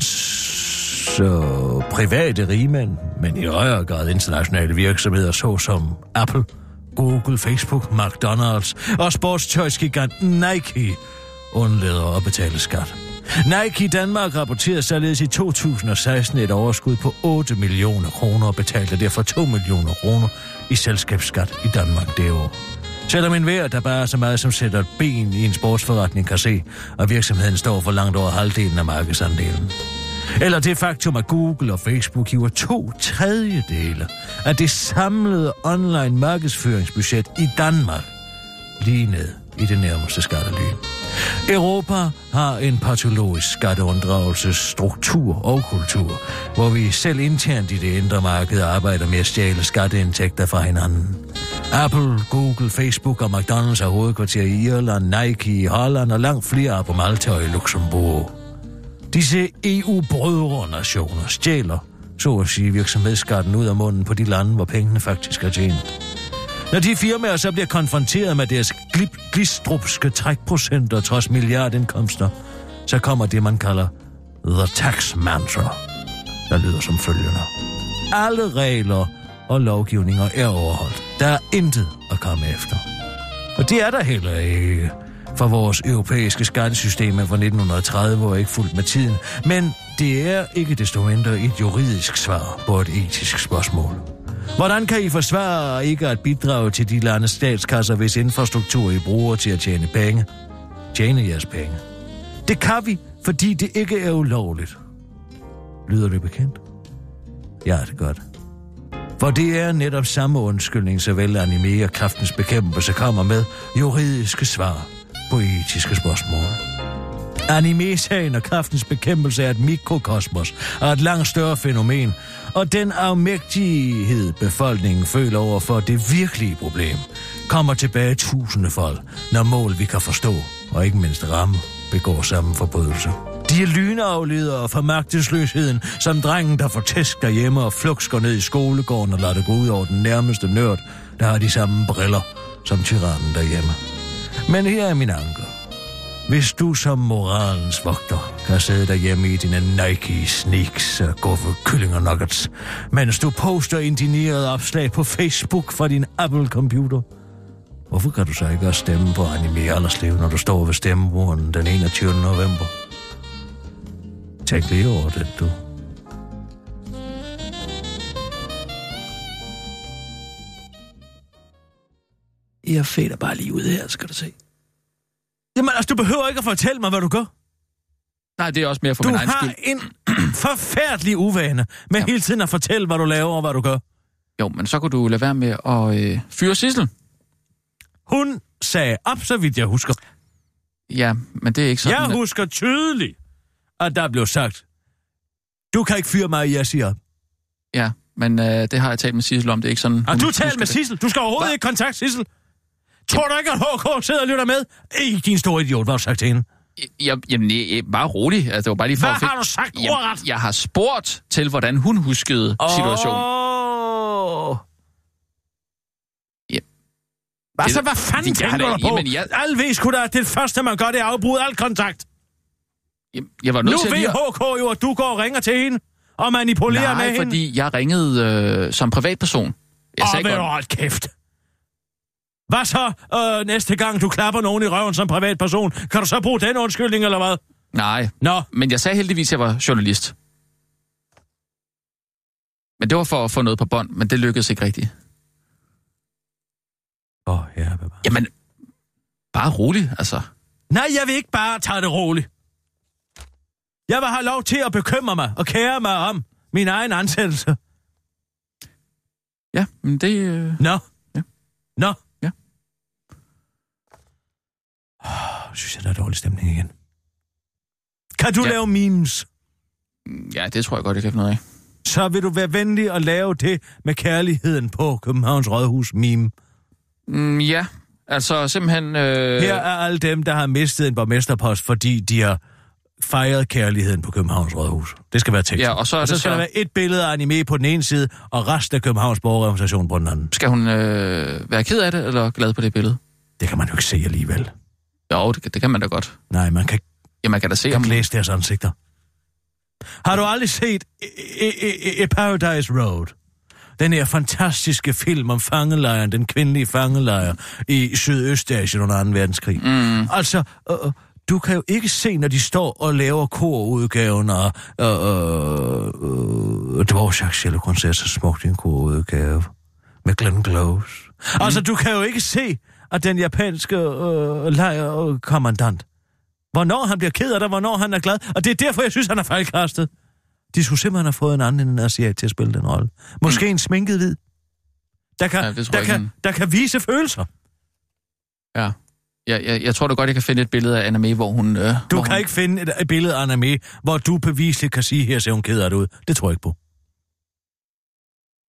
så private rigmænd, men i højere grad internationale virksomheder, såsom Apple, Google, Facebook, McDonald's og sportstøjsgiganten Nike, undlader at betale skat. Nike Danmark rapporterede således i to tusind og seksten et overskud på otte millioner kroner og betalte derfor to millioner kroner i selskabsskat i Danmark det år. Selvom enhver, der bare så meget som sætter et ben i en sportsforretning, kan se, at virksomheden står for langt over halvdelen af markedsandelen. Eller det faktum, at Google og Facebook hiver to tredjedele af det samlede online markedsføringsbudget i Danmark lige ned i det nærmeste skattely. Europa har en patologisk skatteunddragelsesstruktur og kultur, hvor vi selv internt i det indre marked arbejder med at stjæle skatteindtægter fra hinanden. Apple, Google, Facebook og McDonald's har hovedkvarter i Irland, Nike i Holland og langt flere på Malta og i Luxembourg. Disse E U-brødre-nationer stjæler, så at sige, virksomhedsskatten ud af munden på de lande, hvor pengene faktisk er tjent. Når de firmaer så bliver konfronteret med deres glistrupske trækprocenter trods milliardindkomster, så kommer det, man kalder the tax mantra, der lyder som følgende. Alle regler og lovgivninger er overholdt. Der er intet at komme efter. Og det er der heller ikke for vores europæiske skattesystem fra nitten tredive og ikke fuldt med tiden, men det er ikke desto mindre et juridisk svar på et etisk spørgsmål. Hvordan kan I forsvare ikke at bidrage til de landes statskasser, hvis infrastruktur I bruger til at tjene penge? Tjene jeres penge. Det kan vi, fordi det ikke er ulovligt. Lyder det bekendt? Ja, det er godt. For det er netop samme undskyldning, så vel Anime og Kræftens Bekæmpelse kommer med juridiske svar på etiske spørgsmål. Anime-sagen og Kræftens Bekæmpelse er et mikrokosmos og et langt større fænomen, og den afmægtighed befolkningen føler over for det virkelige problem, kommer tilbage tusindefold, når mål vi kan forstå, og ikke mindst ramme, begår samme forbrydelse. De er lynafledere for magtesløsheden, som drengen, der får tæsk derhjemme og fluks går ned i skolegården og lader det gå ud over den nærmeste nørd, der har de samme briller som tyrannen derhjemme. Men her er min anke. Hvis du som moralens vogter kan sidde derhjemme i dine Nike sneaks og gå for kylling og nuggets, mens du poster indigneret opslag på Facebook fra din Apple-computer, hvorfor kan du så ikke også stemme på Anime Alderslev, når du står ved stemmeurnen den enogtyvende november? Tænk lige over det, du. Jeg fader bare lige ud her, skal du se. Jamen altså, du behøver ikke at fortælle mig, hvad du gør. Nej, det er også mere for du min egen skyld. Du har en forfærdelig uvane med ja. hele tiden at fortælle, hvad du laver og hvad du gør. Jo, men så kunne du lade være med at øh, fyre Sissel. Hun sagde op, så vidt jeg husker. Ja, men det er ikke sådan... Jeg husker tydeligt, at der blev sagt, du kan ikke fyre mig, jeg siger. Ja, men øh, det har jeg talt med Sissel om, det er ikke sådan... Og du taler med Sissel? Du skal overhovedet Hva? ikke kontakte Sissel. Tror du ikke, at H K sidder og lytter med? Ej, din store idiot, hvad har du sagt til hende? Jeg, jamen, jeg, bare rolig. Altså, det var bare lige for hvad at fik... har du sagt? Jeg, jeg har spurgt til, hvordan hun huskede oh. situationen. Ja. Hvad så, hvad fanden tænker du på? Jamen, jeg... Alle ved sgu da, at det første, man gør, det er at afbryde al kontakt. Jamen, jeg var nødt nu til ved at... H K jo, at du går og ringer til hende og manipulerer Nej, med hende. Nej, fordi jeg ringede øh, som privatperson. Jeg Åh, ved du holdt kæft. Hvad så øh, næste gang, du klapper nogen i røven som privatperson? Kan du så bruge den undskyldning, eller hvad? Nej, Nå. Men jeg sagde heldigvis, at jeg var journalist. Men det var for at få noget på bånd, men det lykkedes ikke rigtigt. Åh, oh, ja, hvad bare. Jamen, bare rolig, altså. Nej, jeg vil ikke bare tage det roligt. Jeg vil have lov til at bekymre mig og kære mig om min egen ansættelse. Ja, men det... Øh... Nå. Ja. Nå. Ja. Oh, synes jeg, der er dårlig stemning igen. Kan du ja. lave memes? Ja, det tror jeg godt, jeg kan finde ud af. Så vil du være venlig at lave det med kærligheden på Københavns Rådhus meme. Mm, ja, altså simpelthen... Øh... Her er alle dem, der har mistet en borgmesterpost, fordi de har fejret kærligheden på Københavns Rådhus. Det skal være teksten. Ja, og så, er og så det skal så... der være et billede af anime på den ene side, og resten af Københavns borgerrepræsentation på den anden. Skal hun øh, være ked af det, eller glad på det billede? Det kan man jo ikke se alligevel. Jo, det, det kan man da godt. Nej, man kan, ja, man kan da se, kan om... læse deres ansigter. Har du aldrig set A Paradise Road? Den her fantastiske film om fangelejren, den kvindelige fangelejr i Sydøstasien under anden verdenskrig. Mm. Altså, øh, du kan jo ikke se, når de står og laver korudgaven, og øh, øh, Dvorak cellokoncert så smukt i en korudgave med Glenn Close. Mm. Altså, du kan jo ikke se, at den japanske øh, lejrkommandant, hvornår han bliver ked af det, hvornår han er glad, og det er derfor, jeg synes, han er fejlkastet. De skulle simpelthen have fået en anden end en asiat til at spille den rolle. Måske mm. en sminket hvid. Der kan, ja, der, kan, kan, der kan vise følelser. Ja. Ja, jeg, jeg tror da godt, jeg kan finde et billede af Anna-Mae, hvor hun... Øh, du hvor kan hun... ikke finde et, et billede af Anna-Mae, hvor du beviseligt kan sige, her ser hun ked af det ud. Det tror jeg ikke på.